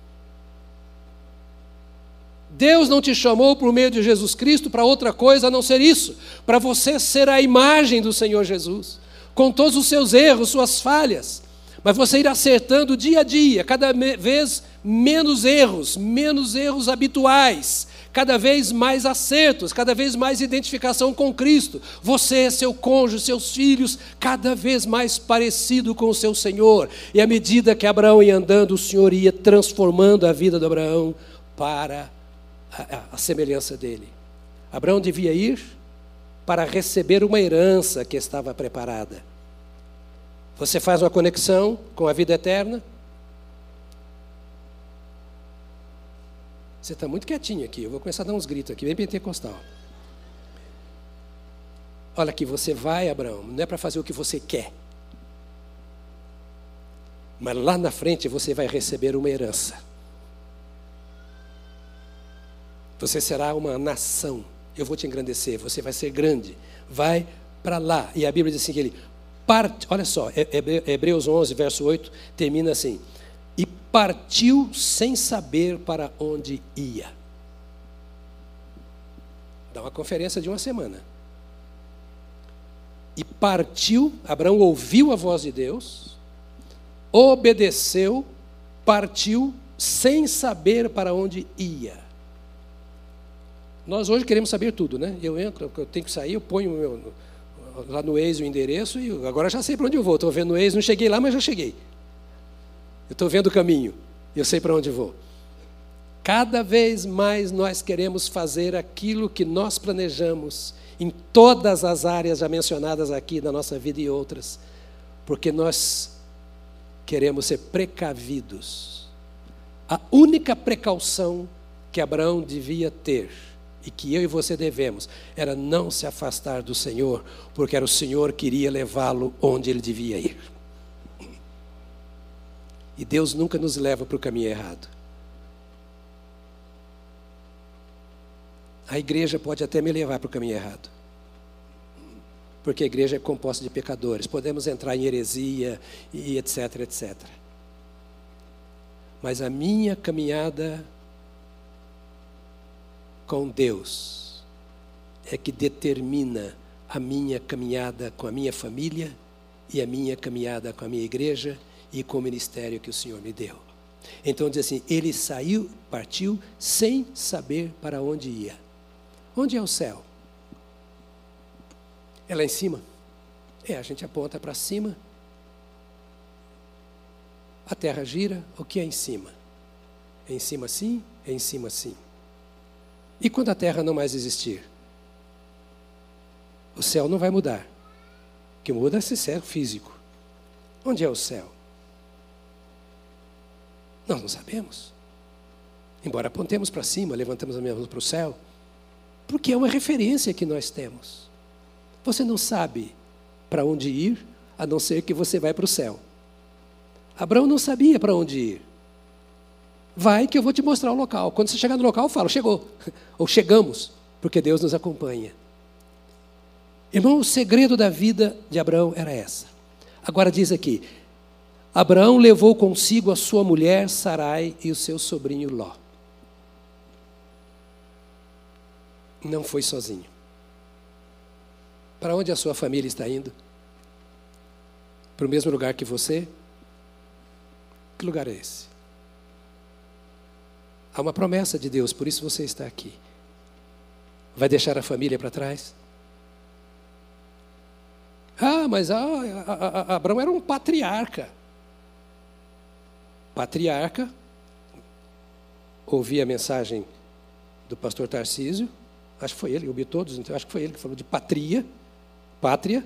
Deus não te chamou por meio de Jesus Cristo para outra coisa a não ser isso, para você ser a imagem do Senhor Jesus, com todos os seus erros, suas falhas, mas você ir acertando dia a dia, cada vez menos erros, menos erros habituais, cada vez mais acertos, cada vez mais identificação com Cristo. Você, seu cônjuge, seus filhos, cada vez mais parecido com o seu Senhor. E à medida que Abraão ia andando, o Senhor ia transformando a vida de Abraão para a, a, a semelhança dele. Abraão devia ir para receber uma herança que estava preparada. Você faz uma conexão com a vida eterna? Você está muito quietinho aqui, eu vou começar a dar uns gritos aqui, bem pentecostal. Olha aqui, você vai, Abraão, não é para fazer o que você quer. Mas lá na frente você vai receber uma herança. Você será uma nação, eu vou te engrandecer, você vai ser grande. Vai para lá. E a Bíblia diz assim, que ele parte, olha só, Hebreus onze, verso oito, termina assim: e partiu sem saber para onde ia. Dá uma conferência de uma semana. E partiu, Abraão ouviu a voz de Deus, obedeceu, partiu sem saber para onde ia. Nós hoje queremos saber tudo, né? Eu entro, eu tenho que sair, eu ponho o meu, lá no Waze o endereço e agora já sei para onde eu vou. Estou vendo no Waze, não cheguei lá, mas já cheguei. Eu estou vendo o caminho, eu sei para onde vou. Cada vez mais nós queremos fazer aquilo que nós planejamos em todas as áreas já mencionadas aqui da nossa vida e outras, porque nós queremos ser precavidos. A única precaução que Abraão devia ter, e que eu e você devemos, era não se afastar do Senhor, porque era o Senhor que iria levá-lo onde ele devia ir. E Deus nunca nos leva para o caminho errado. A igreja pode até me levar para o caminho errado, porque a igreja é composta de pecadores, podemos entrar em heresia e etc, etcétera. Mas a minha caminhada com Deus é que determina a minha caminhada com a minha família e a minha caminhada com a minha igreja e com o ministério que o Senhor me deu. Então diz assim, ele saiu, partiu, sem saber para onde ia. Onde é o céu? É lá em cima? É, a gente aponta para cima. A terra gira, o que é em cima? É em cima sim, é em cima sim. E quando a terra não mais existir? O céu não vai mudar. O que muda é esse céu físico. Onde é o céu? Nós não sabemos. Embora apontemos para cima, levantemos as mãos para o céu, porque é uma referência que nós temos. Você não sabe para onde ir, a não ser que você vai para o céu. Abraão não sabia para onde ir. Vai que eu vou te mostrar o local. Quando você chegar no local, eu falo, chegou. Ou chegamos, porque Deus nos acompanha. Irmão, o segredo da vida de Abraão era essa. Agora diz aqui, Abraão levou consigo a sua mulher Sarai e o seu sobrinho Ló. Não foi sozinho. Para onde a sua família está indo? Para o mesmo lugar que você? Que lugar é esse? Há uma promessa de Deus, por isso você está aqui. Vai deixar a família para trás? Ah, mas ah, a, a, a Abraão era um patriarca. Patriarca, ouvi a mensagem do pastor Tarcísio, acho que foi ele, eu vi todos, então acho que foi ele que falou de patria, pátria,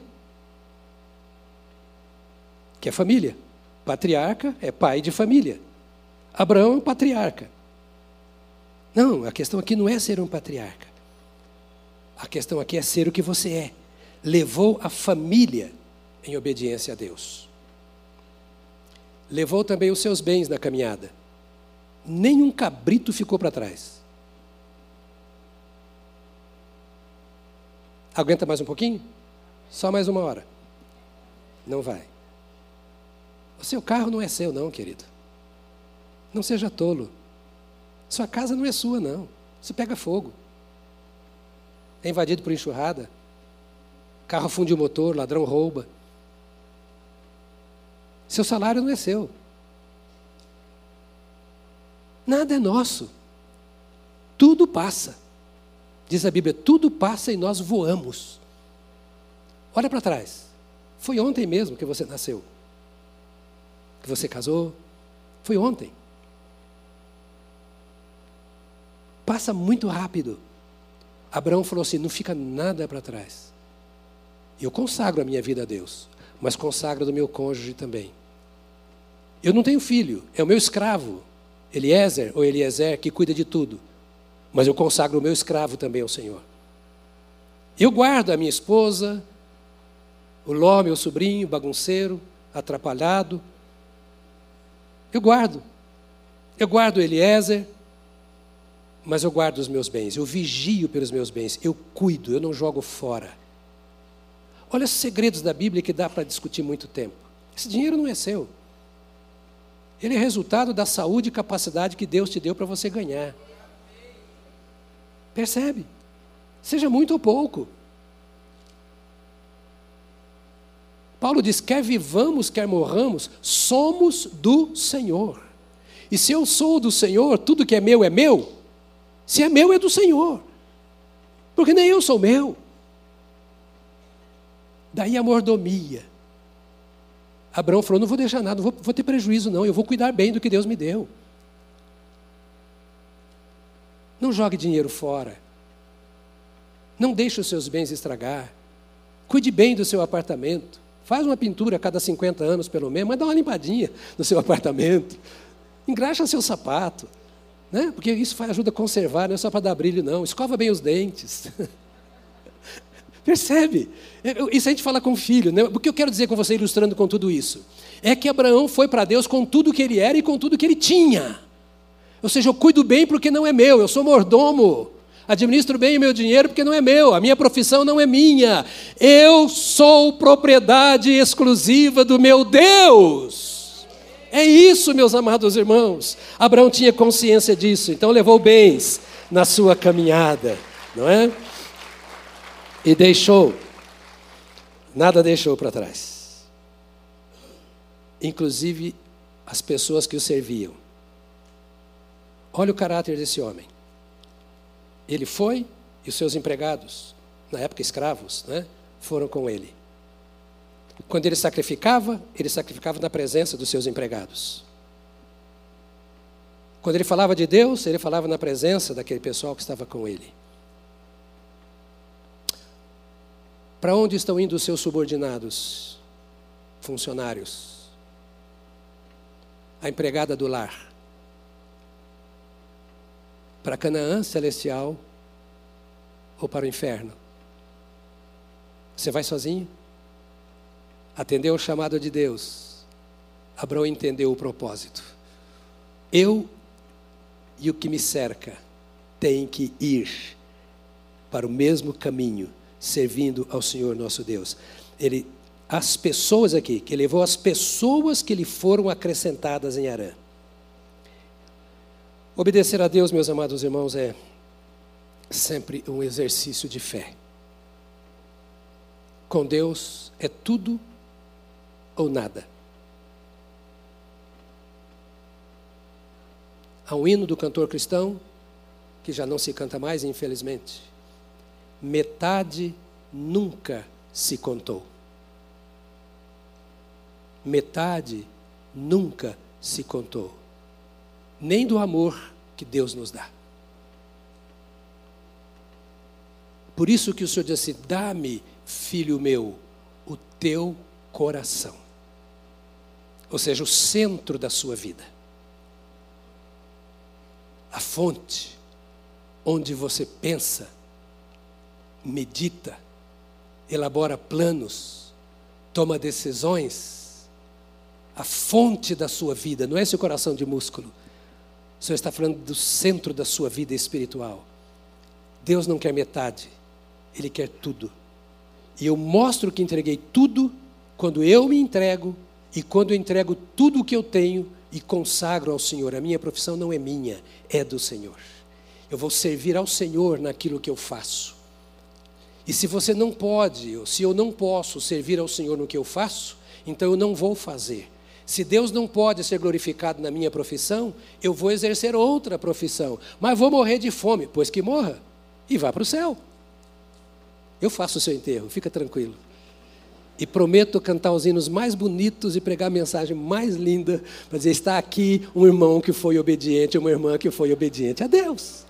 que é família. Patriarca é pai de família. Abraão é um patriarca. Não, a questão aqui não é ser um patriarca. A questão aqui é ser o que você é. Levou a família em obediência a Deus. Levou também os seus bens na caminhada. Nenhum cabrito ficou para trás. Aguenta mais um pouquinho? Só mais uma hora. Não vai. O seu carro não é seu, não, querido. Não seja tolo. Sua casa não é sua, não. Você pega fogo. É invadido por enxurrada. Carro funde o motor, ladrão rouba. Seu salário não é seu. Nada é nosso. Tudo passa. Diz a Bíblia, tudo passa e nós voamos. Olha para trás. Foi ontem mesmo que você nasceu. Que você casou. Foi ontem. Passa muito rápido. Abraão falou assim, não fica nada para trás. Eu consagro a minha vida a Deus, mas consagro do meu cônjuge também. Eu não tenho filho, é o meu escravo, Eliezer ou Eliezer, que cuida de tudo. Mas eu consagro o meu escravo também ao Senhor. Eu guardo a minha esposa, o Ló, meu sobrinho, bagunceiro, atrapalhado. Eu guardo. Eu guardo Eliezer, mas eu guardo os meus bens. Eu vigio pelos meus bens. Eu cuido, eu não jogo fora. Olha os segredos da Bíblia que dá para discutir muito tempo. Esse dinheiro não é seu. Ele é resultado da saúde e capacidade que Deus te deu para você ganhar. Percebe? Seja muito ou pouco. Paulo diz, quer vivamos, quer morramos, somos do Senhor. E se eu sou do Senhor, tudo que é meu é meu. Se é meu, é do Senhor. Porque nem eu sou meu. Daí a mordomia. Abraão falou, não vou deixar nada, não vou, vou ter prejuízo não, eu vou cuidar bem do que Deus me deu. Não jogue dinheiro fora. Não deixe os seus bens estragar. Cuide bem do seu apartamento. Faz uma pintura a cada cinquenta anos, pelo menos, mas dá uma limpadinha no seu apartamento. Engraxa seu sapato, né? Porque isso faz, ajuda a conservar, não é só para dar brilho, não. Escova bem os dentes. Percebe? Isso a gente fala com o filho, né? O que eu quero dizer com você, ilustrando com tudo isso, é que Abraão foi para Deus com tudo que ele era e com tudo que ele tinha. Ou seja, eu cuido bem porque não é meu, eu sou mordomo. Administro bem o meu dinheiro porque não é meu, a minha profissão não é minha. Eu sou propriedade exclusiva do meu Deus. É isso, meus amados irmãos. Abraão tinha consciência disso, então levou bens na sua caminhada, não é? E deixou, nada deixou para trás. Inclusive as pessoas que o serviam. Olha o caráter desse homem. Ele foi e os seus empregados, na época escravos, né, foram com ele. Quando ele sacrificava, ele sacrificava na presença dos seus empregados. Quando ele falava de Deus, ele falava na presença daquele pessoal que estava com ele. Para onde estão indo os seus subordinados, funcionários? A empregada do lar. Para Canaã celestial ou para o inferno? Você vai sozinho? Atendeu o chamado de Deus. Abraão entendeu o propósito. Eu e o que me cerca tem que ir para o mesmo caminho, servindo ao Senhor nosso Deus. Ele, as pessoas aqui, que levou as pessoas que lhe foram acrescentadas em Harã. Obedecer a Deus, meus amados irmãos, é sempre um exercício de fé. Com Deus é tudo ou nada. Há um hino do cantor cristão, que já não se canta mais, infelizmente. Metade nunca se contou. Metade nunca se contou. Nem do amor que Deus nos dá. Por isso que o Senhor diz assim: dá-me, filho meu, o teu coração. Ou seja, o centro da sua vida. A fonte onde você pensa, medita, elabora planos, toma decisões. A fonte da sua vida, não é esse coração de músculo. O Senhor está falando do centro da sua vida espiritual. Deus não quer metade, Ele quer tudo. E eu mostro que entreguei tudo quando eu me entrego e quando eu entrego tudo o que eu tenho e consagro ao Senhor. A minha profissão não é minha, é do Senhor. Eu vou servir ao Senhor naquilo que eu faço. E se você não pode, ou se eu não posso servir ao Senhor no que eu faço, então eu não vou fazer. Se Deus não pode ser glorificado na minha profissão, eu vou exercer outra profissão. Mas vou morrer de fome, pois que morra e vá para o céu. Eu faço o seu enterro, fica tranquilo. E prometo cantar os hinos mais bonitos e pregar a mensagem mais linda, para dizer: está aqui um irmão que foi obediente, uma irmã que foi obediente a Deus.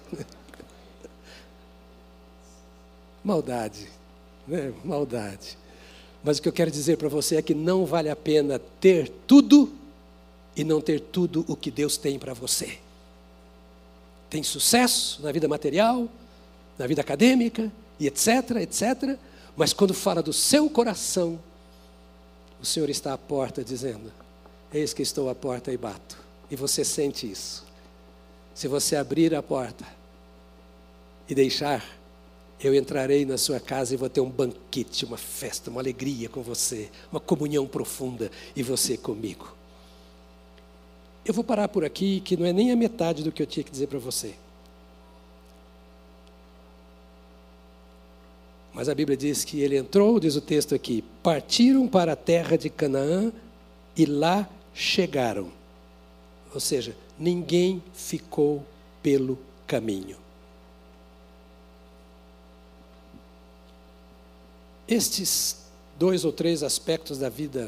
Maldade, né? Maldade. Mas o que eu quero dizer para você é que não vale a pena ter tudo e não ter tudo o que Deus tem para você. Tem sucesso na vida material, na vida acadêmica, e etc, etcétera. Mas quando fala do seu coração, o Senhor está à porta dizendo: eis que estou à porta e bato. E você sente isso. Se você abrir a porta e deixar, eu entrarei na sua casa e vou ter um banquete, uma festa, uma alegria com você, uma comunhão profunda, e você comigo. Eu vou parar por aqui, que não é nem a metade do que eu tinha que dizer para você. Mas a Bíblia diz que ele entrou, diz o texto aqui, partiram para a terra de Canaã e lá chegaram. Ou seja, ninguém ficou pelo caminho. Estes dois ou três aspectos da vida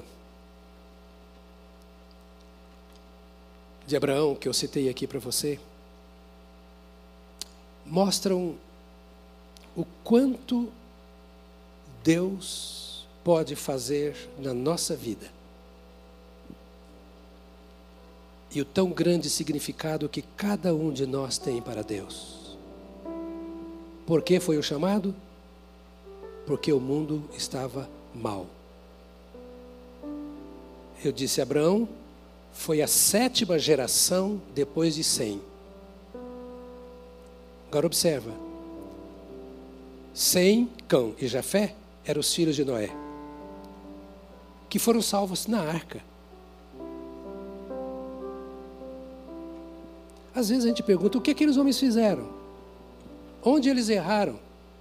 de Abraão, que eu citei aqui para você, mostram o quanto Deus pode fazer na nossa vida. E o tão grande significado que cada um de nós tem para Deus. Por que foi o chamado? Porque o mundo estava mal. Eu disse: Abraão foi a sétima geração depois de Sem. Agora observa. Sem, Cão e Jafé eram os filhos de Noé, que foram salvos na arca. Às vezes a gente pergunta: o que aqueles homens fizeram? Onde eles erraram?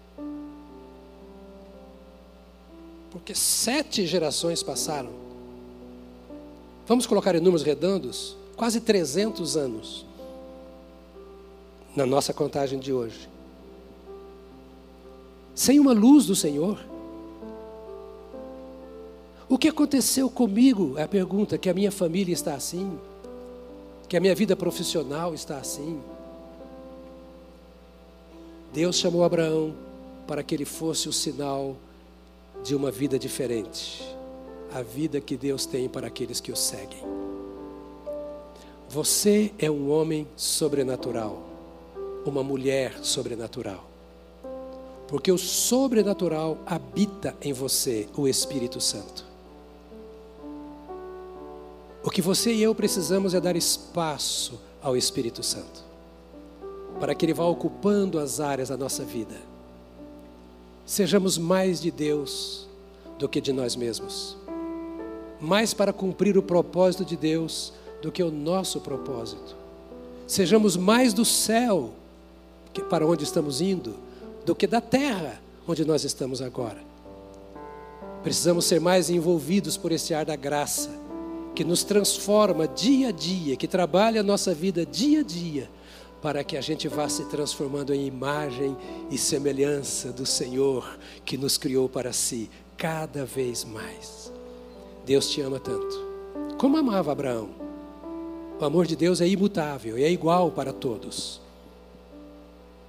Porque sete gerações passaram. Vamos colocar em números redondos, quase trezentos anos, na nossa contagem de hoje. Sem uma luz do Senhor. O que aconteceu comigo? É a pergunta. Que a minha família está assim, que a minha vida profissional está assim. Deus chamou Abraão para que ele fosse o sinal de uma vida diferente, a vida que Deus tem para aqueles que o seguem. Você é um homem sobrenatural, uma mulher sobrenatural, porque o sobrenatural habita em você, o Espírito Santo. O que você e eu precisamos é dar espaço ao Espírito Santo, para que ele vá ocupando as áreas da nossa vida. Sejamos mais de Deus do que de nós mesmos, mais para cumprir o propósito de Deus do que o nosso propósito. Sejamos mais do céu, que para onde estamos indo, do que da terra, onde nós estamos agora. Precisamos ser mais envolvidos por esse ar da graça, que nos transforma dia a dia, que trabalha a nossa vida dia a dia, para que a gente vá se transformando em imagem e semelhança do Senhor, que nos criou para si, cada vez mais. Deus te ama tanto, como amava Abraão. O amor de Deus é imutável e é igual para todos.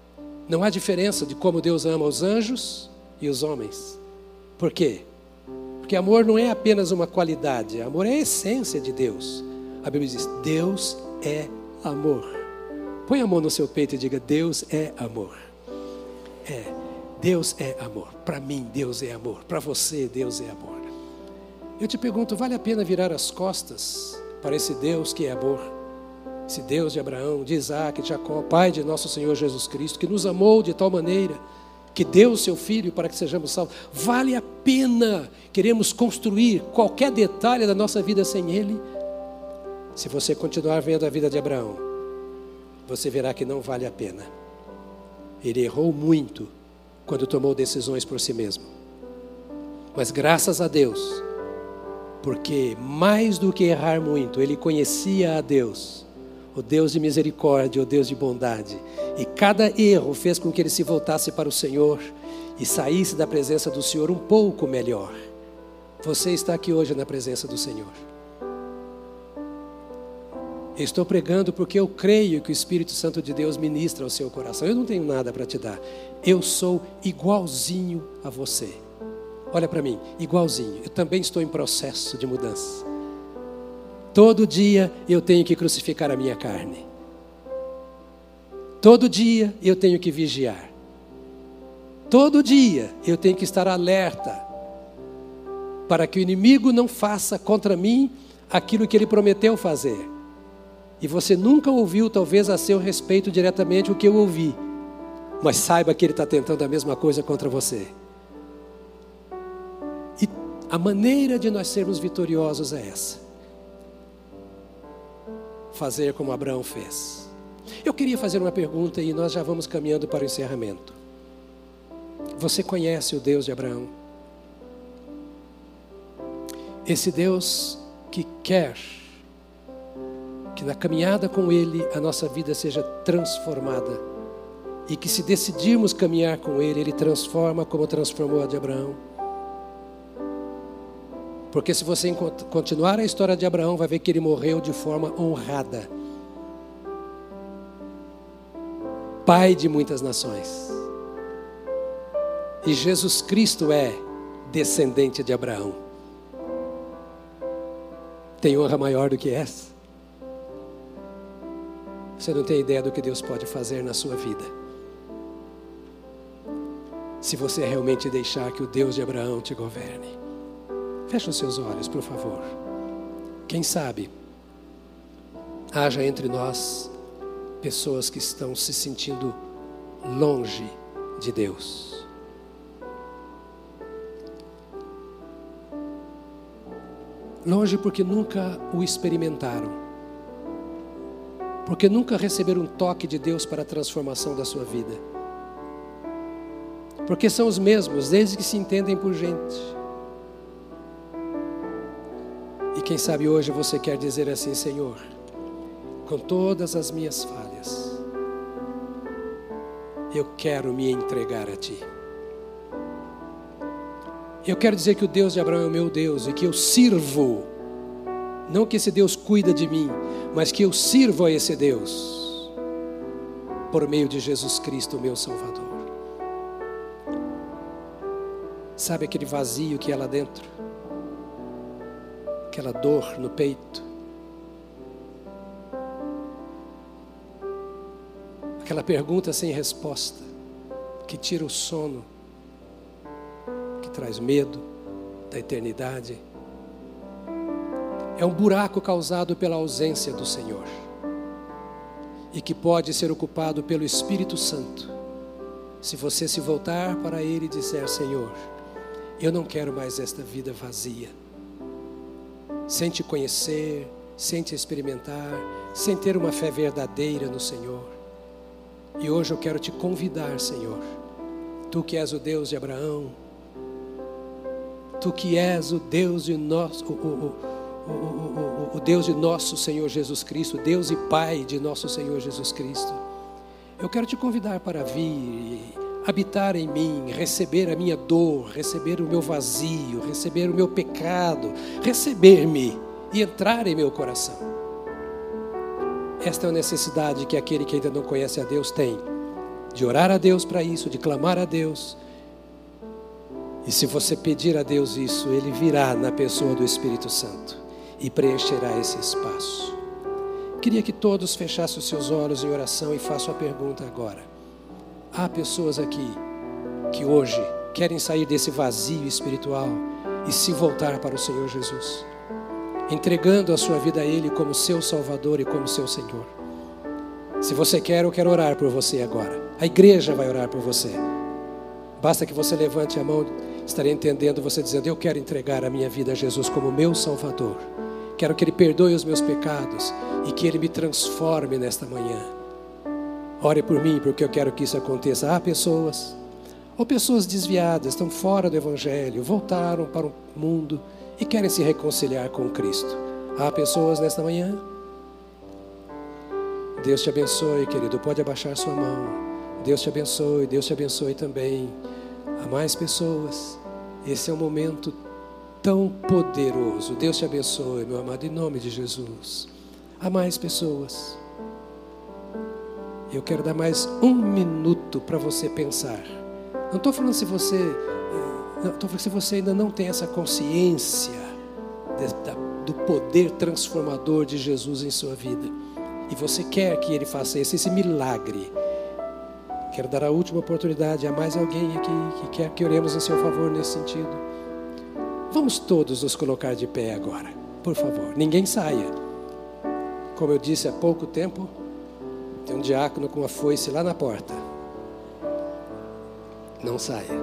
Não há diferença de como Deus ama os anjos e os homens. Por quê? Porque amor não é apenas uma qualidade, amor é a essência de Deus. A Bíblia diz, Deus é amor. Põe a mão no seu peito e diga, Deus é amor. É, Deus é amor. Para mim, Deus é amor. Para você, Deus é amor. Eu te pergunto, vale a pena virar as costas para esse Deus que é amor? Esse Deus de Abraão, de Isaac, de Jacó, Pai de nosso Senhor Jesus Cristo, que nos amou de tal maneira, que deu o seu Filho para que sejamos salvos. Vale a pena queremos construir qualquer detalhe da nossa vida sem Ele? Se você continuar vendo a vida de Abraão, você verá que não vale a pena. Ele errou muito quando tomou decisões por si mesmo. Mas graças a Deus, porque mais do que errar muito, ele conhecia a Deus, o Deus de misericórdia, o Deus de bondade. E cada erro fez com que ele se voltasse para o Senhor e saísse da presença do Senhor um pouco melhor. Você está aqui hoje na presença do Senhor. Eu estou pregando porque eu creio que o Espírito Santo de Deus ministra ao seu coração. Eu não tenho nada para te dar. Eu sou igualzinho a você. Olha para mim, igualzinho. Eu também estou em processo de mudança. Todo dia eu tenho que crucificar a minha carne. Todo dia eu tenho que vigiar. Todo dia eu tenho que estar alerta para que o inimigo não faça contra mim aquilo que ele prometeu fazer. E você nunca ouviu, talvez a seu respeito diretamente, o que eu ouvi. Mas saiba que ele está tentando a mesma coisa contra você. E a maneira de nós sermos vitoriosos é essa. Fazer como Abraão fez. Eu queria fazer uma pergunta e nós já vamos caminhando para o encerramento. Você conhece o Deus de Abraão? Esse Deus que quer que na caminhada com Ele a nossa vida seja transformada e que se decidirmos caminhar com Ele, Ele transforma como transformou a de Abraão. Porque se você continuar a história de Abraão, vai ver que ele morreu de forma honrada. Pai de muitas nações. E Jesus Cristo é descendente de Abraão. Tem honra maior do que essa? Você não tem ideia do que Deus pode fazer na sua vida. Se você realmente deixar que o Deus de Abraão te governe. Feche os seus olhos, por favor. Quem sabe, haja entre nós pessoas que estão se sentindo longe de Deus. Longe porque nunca o experimentaram. Porque nunca receberam um toque de Deus para a transformação da sua vida. Porque são os mesmos, desde que se entendem por gente. E quem sabe hoje você quer dizer assim, Senhor, com todas as minhas falhas, eu quero me entregar a Ti. Eu quero dizer que o Deus de Abraão é o meu Deus e que eu sirvo, não que esse Deus cuida de mim, mas que eu sirvo a esse Deus, por meio de Jesus Cristo, o meu Salvador. Sabe aquele vazio que é lá dentro? Aquela dor no peito? Aquela pergunta sem resposta, que tira o sono, que traz medo da eternidade. É um buraco causado pela ausência do Senhor e que pode ser ocupado pelo Espírito Santo, se você se voltar para Ele e disser, Senhor, eu não quero mais esta vida vazia, sem Te conhecer, sem Te experimentar, sem ter uma fé verdadeira no Senhor. E hoje eu quero Te convidar, Senhor, Tu que és o Deus de Abraão, Tu que és o Deus de nosso, o, o, o, o, o, o Deus de nosso Senhor Jesus Cristo, Deus e Pai de nosso Senhor Jesus Cristo. Eu quero Te convidar para vir, habitar em mim, receber a minha dor, receber o meu vazio, receber o meu pecado, receber-me e entrar em meu coração. Esta é a necessidade que aquele que ainda não conhece a Deus tem, de orar a Deus para isso, de clamar a Deus. E se você pedir a Deus isso, Ele virá na pessoa do Espírito Santo e preencherá esse espaço. Queria que todos fechassem os seus olhos em oração e façam a pergunta agora. Há pessoas aqui que hoje querem sair desse vazio espiritual e se voltar para o Senhor Jesus, entregando a sua vida a Ele como seu Salvador e como seu Senhor. Se você quer, eu quero orar por você agora. A igreja vai orar por você. Basta que você levante a mão, estarei entendendo você dizendo: eu quero entregar a minha vida a Jesus como meu Salvador. Quero que Ele perdoe os meus pecados e que Ele me transforme nesta manhã. Ore por mim, porque eu quero que isso aconteça. Há pessoas, ou pessoas desviadas, estão fora do Evangelho, voltaram para o mundo e querem se reconciliar com Cristo. Há pessoas nesta manhã? Deus te abençoe, querido. Pode abaixar sua mão. Deus te abençoe, Deus te abençoe também. Há mais pessoas. Esse é um momento tão poderoso. Deus te abençoe, meu amado, em nome de Jesus. Há mais pessoas. Eu quero dar mais um minuto para você pensar. Não estou falando se você, não estou falando se você ainda não tem essa consciência de, da, do poder transformador de Jesus em sua vida. E você quer que Ele faça esse, esse milagre. Quero dar a última oportunidade. Há mais alguém aqui que quer que oremos em seu favor nesse sentido? Vamos todos nos colocar de pé agora, por favor. Ninguém saia. Como eu disse há pouco tempo, tem um diácono com uma foice lá na porta. Não saia.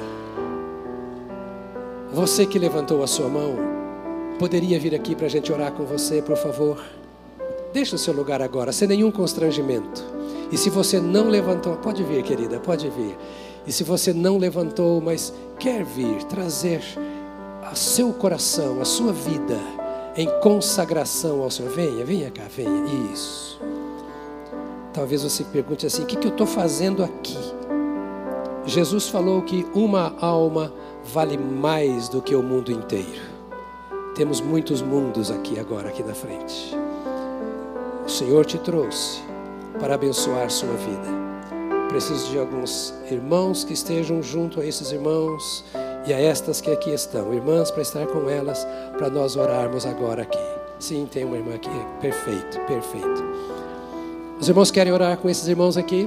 Você que levantou a sua mão, poderia vir aqui para a gente orar com você, por favor? Deixa o seu lugar agora, sem nenhum constrangimento. E se você não levantou, pode vir, querida, pode vir. E se você não levantou, mas quer vir, trazer a seu coração, a sua vida em consagração ao Senhor, venha, venha cá, venha, isso. Talvez você pergunte assim: o que, que eu estou fazendo aqui? Jesus falou que uma alma vale mais do que o mundo inteiro. Temos muitos mundos aqui agora, aqui na frente. O Senhor te trouxe para abençoar sua vida. Preciso de alguns irmãos que estejam junto a esses irmãos e a estas que aqui estão. Irmãs, para estar com elas, para nós orarmos agora aqui. Sim, tem uma irmã aqui. Perfeito, perfeito. Os irmãos querem orar com esses irmãos aqui?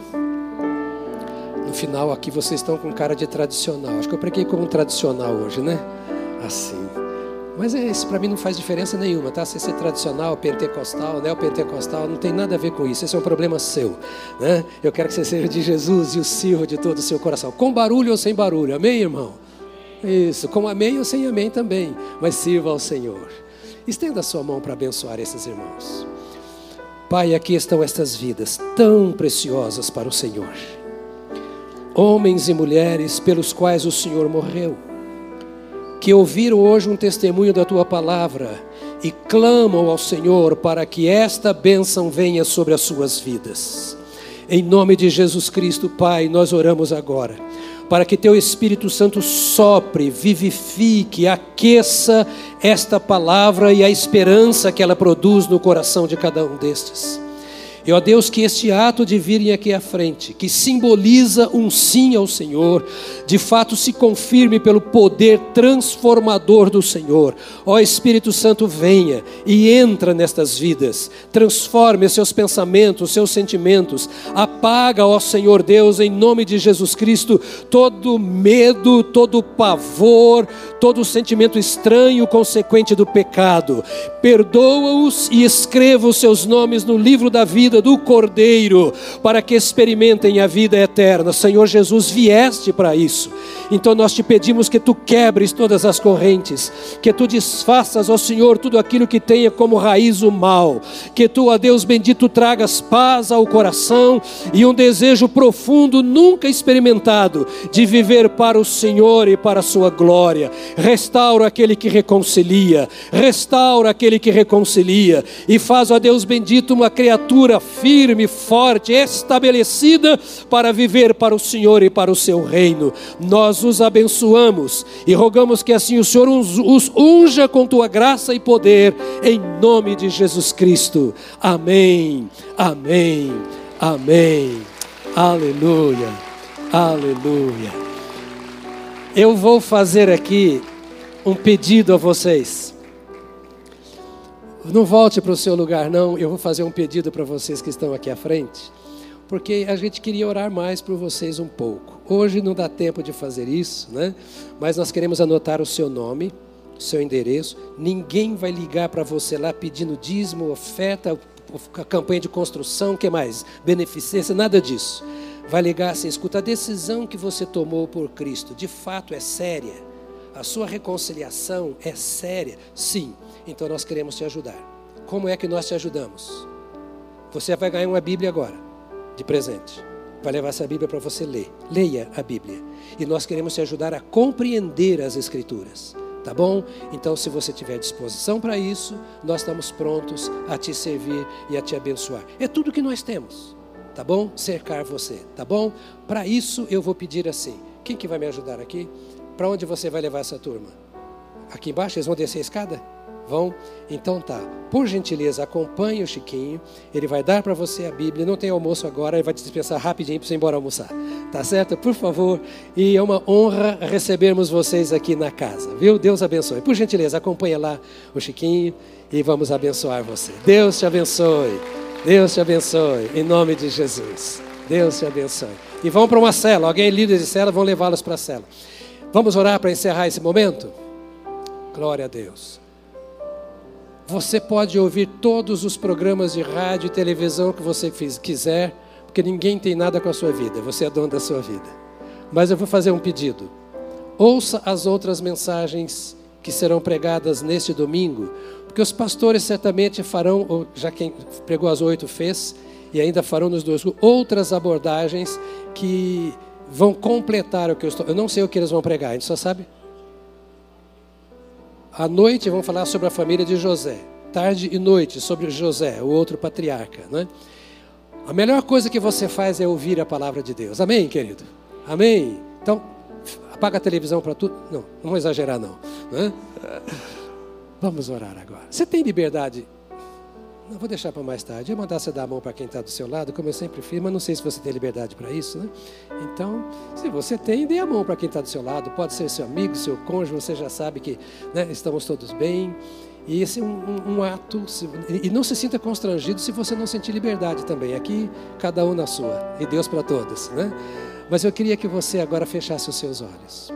No final aqui vocês estão com cara de tradicional. Acho que eu preguei como um tradicional hoje, né? Assim. Mas isso para mim não faz diferença nenhuma, tá? Se ser tradicional, pentecostal, neopentecostal, não tem nada a ver com isso. Esse é um problema seu, né? Eu quero que você seja de Jesus e o sirva de todo o seu coração. Com barulho ou sem barulho, amém, irmão? Isso, com amém ou sem amém também. Mas sirva ao Senhor. Estenda a sua mão para abençoar esses irmãos. Pai, aqui estão estas vidas tão preciosas para o Senhor. Homens e mulheres pelos quais o Senhor morreu, que ouviram hoje um testemunho da Tua palavra e clamam ao Senhor para que esta bênção venha sobre as suas vidas. Em nome de Jesus Cristo, Pai, nós oramos agora, para que Teu Espírito Santo sopre, vivifique, aqueça esta palavra e a esperança que ela produz no coração de cada um destes. E ó Deus, que este ato de virem aqui à frente, que simboliza um sim ao Senhor, de fato se confirme pelo poder transformador do Senhor. Ó Espírito Santo, venha e entra nestas vidas, transforme seus pensamentos, seus sentimentos, apaga, ó Senhor Deus, em nome de Jesus Cristo, todo medo, todo pavor, todo sentimento estranho consequente do pecado. Perdoa-os e escreva os seus nomes no livro da vida do Cordeiro, para que experimentem a vida eterna. Senhor Jesus, vieste para isso. Então nós te pedimos que Tu quebres todas as correntes, que Tu desfaças, ó Senhor, tudo aquilo que tenha como raiz o mal, que Tu, ó Deus bendito, tragas paz ao coração e um desejo profundo, nunca experimentado, de viver para o Senhor e para a Sua glória. Restaura aquele que reconcilia, restaura aquele que reconcilia e faz, ó Deus bendito, uma criatura firme, forte, estabelecida para viver para o Senhor e para o Seu reino. Nós os abençoamos e rogamos que assim o Senhor os, os unja com Tua graça e poder, em nome de Jesus Cristo. Amém, amém, amém, Aleluia, aleluia. Eu vou fazer aqui um pedido a vocês. Não volte para o seu lugar, não. Eu vou fazer um pedido para vocês que estão aqui à frente, porque a gente queria orar mais por vocês um pouco. Hoje não dá tempo de fazer isso, né? Mas nós queremos anotar o seu nome, o seu endereço. Ninguém vai ligar para você lá pedindo dízimo, oferta, a campanha de construção, o que mais? Beneficência, nada disso. Vai ligar assim, escuta, a decisão que você tomou por Cristo, de fato é séria? A sua reconciliação é séria? Sim. Então nós queremos te ajudar. Como é que nós te ajudamos? Você vai ganhar uma Bíblia agora, de presente. Vai levar essa Bíblia para você ler. Leia a Bíblia. E nós queremos te ajudar a compreender as Escrituras. Tá bom? Então, se você tiver disposição para isso, nós estamos prontos a te servir e a te abençoar. É tudo que nós temos. Tá bom? Cercar você. Tá bom? Para isso, eu vou pedir assim. Quem que vai me ajudar aqui? Para onde você vai levar essa turma? Aqui embaixo? Eles vão descer a escada? Vão? Então tá. Por gentileza, acompanhe o Chiquinho. Ele vai dar para você a Bíblia. Não tem almoço agora, ele vai te dispensar rapidinho para você ir embora almoçar. Tá certo? Por favor. E é uma honra recebermos vocês aqui na casa. Viu? Deus abençoe. Por gentileza, acompanhe lá o Chiquinho e vamos abençoar você. Deus te abençoe. Deus te abençoe. Em nome de Jesus. Deus te abençoe. E vão para uma cela. Alguém líder de cela, vão levá-los para a cela. Vamos orar para encerrar esse momento? Glória a Deus. Você pode ouvir todos os programas de rádio e televisão que você quiser, porque ninguém tem nada com a sua vida, você é dono da sua vida. Mas eu vou fazer um pedido. Ouça as outras mensagens que serão pregadas neste domingo, porque os pastores certamente farão, ou já quem pregou as oito fez, e ainda farão nos dois, outras abordagens que vão completar o que eu estou... Eu não sei o que eles vão pregar, a gente só sabe... À noite vamos falar sobre a família de José. Tarde e noite sobre José, o outro patriarca, né? A melhor coisa que você faz é ouvir a palavra de Deus. Amém, querido? Amém? Então, apaga a televisão para tudo. Não, não vou exagerar não, né? Vamos orar agora. Você tem liberdade? Não, vou deixar para mais tarde. Eu vou mandar você dar a mão para quem está do seu lado, como eu sempre fiz, mas não sei se você tem liberdade para isso, né? Então, se você tem, dê a mão para quem está do seu lado. Pode ser seu amigo, seu cônjuge, você já sabe que, né, estamos todos bem. E esse é um, um, um ato, se, e não se sinta constrangido se você não sentir liberdade também. Aqui, cada um na sua, e Deus para todos, né? Mas eu queria que você agora fechasse os seus olhos.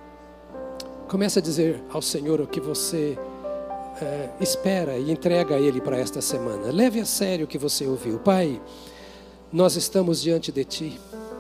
Comece a dizer ao Senhor o que você... É, espera e entrega a Ele para esta semana. Leve a sério o que você ouviu. Pai, nós estamos diante de Ti,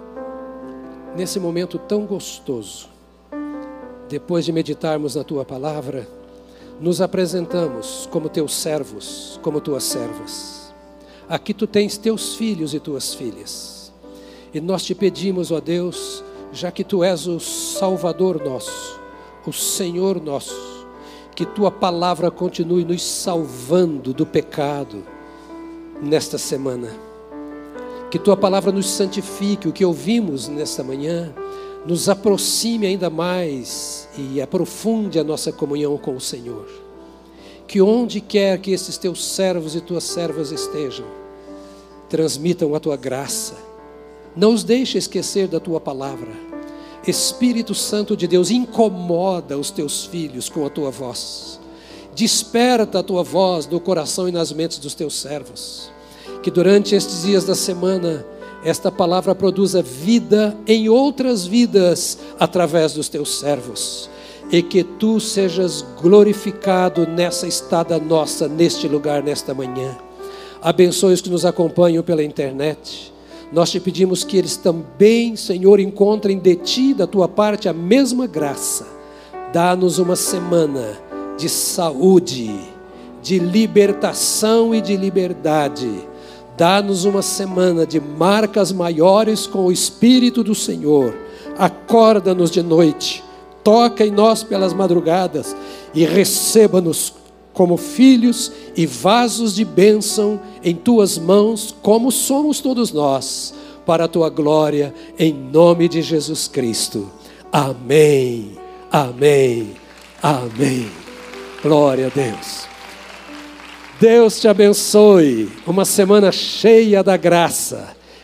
nesse momento tão gostoso. Depois de meditarmos na Tua palavra, nos apresentamos como Teus servos, como Tuas servas. Aqui Tu tens Teus filhos e Tuas filhas. E nós Te pedimos, ó Deus, já que Tu és o Salvador nosso, o Senhor nosso, que Tua palavra continue nos salvando do pecado nesta semana. Que Tua palavra nos santifique, o que ouvimos nesta manhã, nos aproxime ainda mais e aprofunde a nossa comunhão com o Senhor. Que onde quer que esses Teus servos e Tuas servas estejam, transmitam a Tua graça. Não os deixe esquecer da Tua palavra. Espírito Santo de Deus, incomoda os Teus filhos com a Tua voz. Desperta a Tua voz no coração e nas mentes dos Teus servos. Que durante estes dias da semana, esta palavra produza vida em outras vidas através dos Teus servos. E que Tu sejas glorificado nessa estada nossa, neste lugar, nesta manhã. Abençoe os que nos acompanham pela internet. Nós Te pedimos que eles também, Senhor, encontrem de Ti, da Tua parte, a mesma graça. Dá-nos uma semana de saúde, de libertação e de liberdade. Dá-nos uma semana de marcas maiores com o Espírito do Senhor. Acorda-nos de noite, toca em nós pelas madrugadas e receba-nos como filhos e vasos de bênção em Tuas mãos, como somos todos nós, para a Tua glória, em nome de Jesus Cristo. Amém, amém, amém. Glória a Deus. Deus te abençoe, uma semana cheia da graça,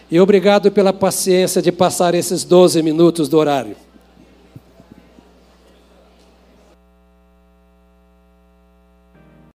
E obrigado pela paciência de passar esses doze minutos do horário.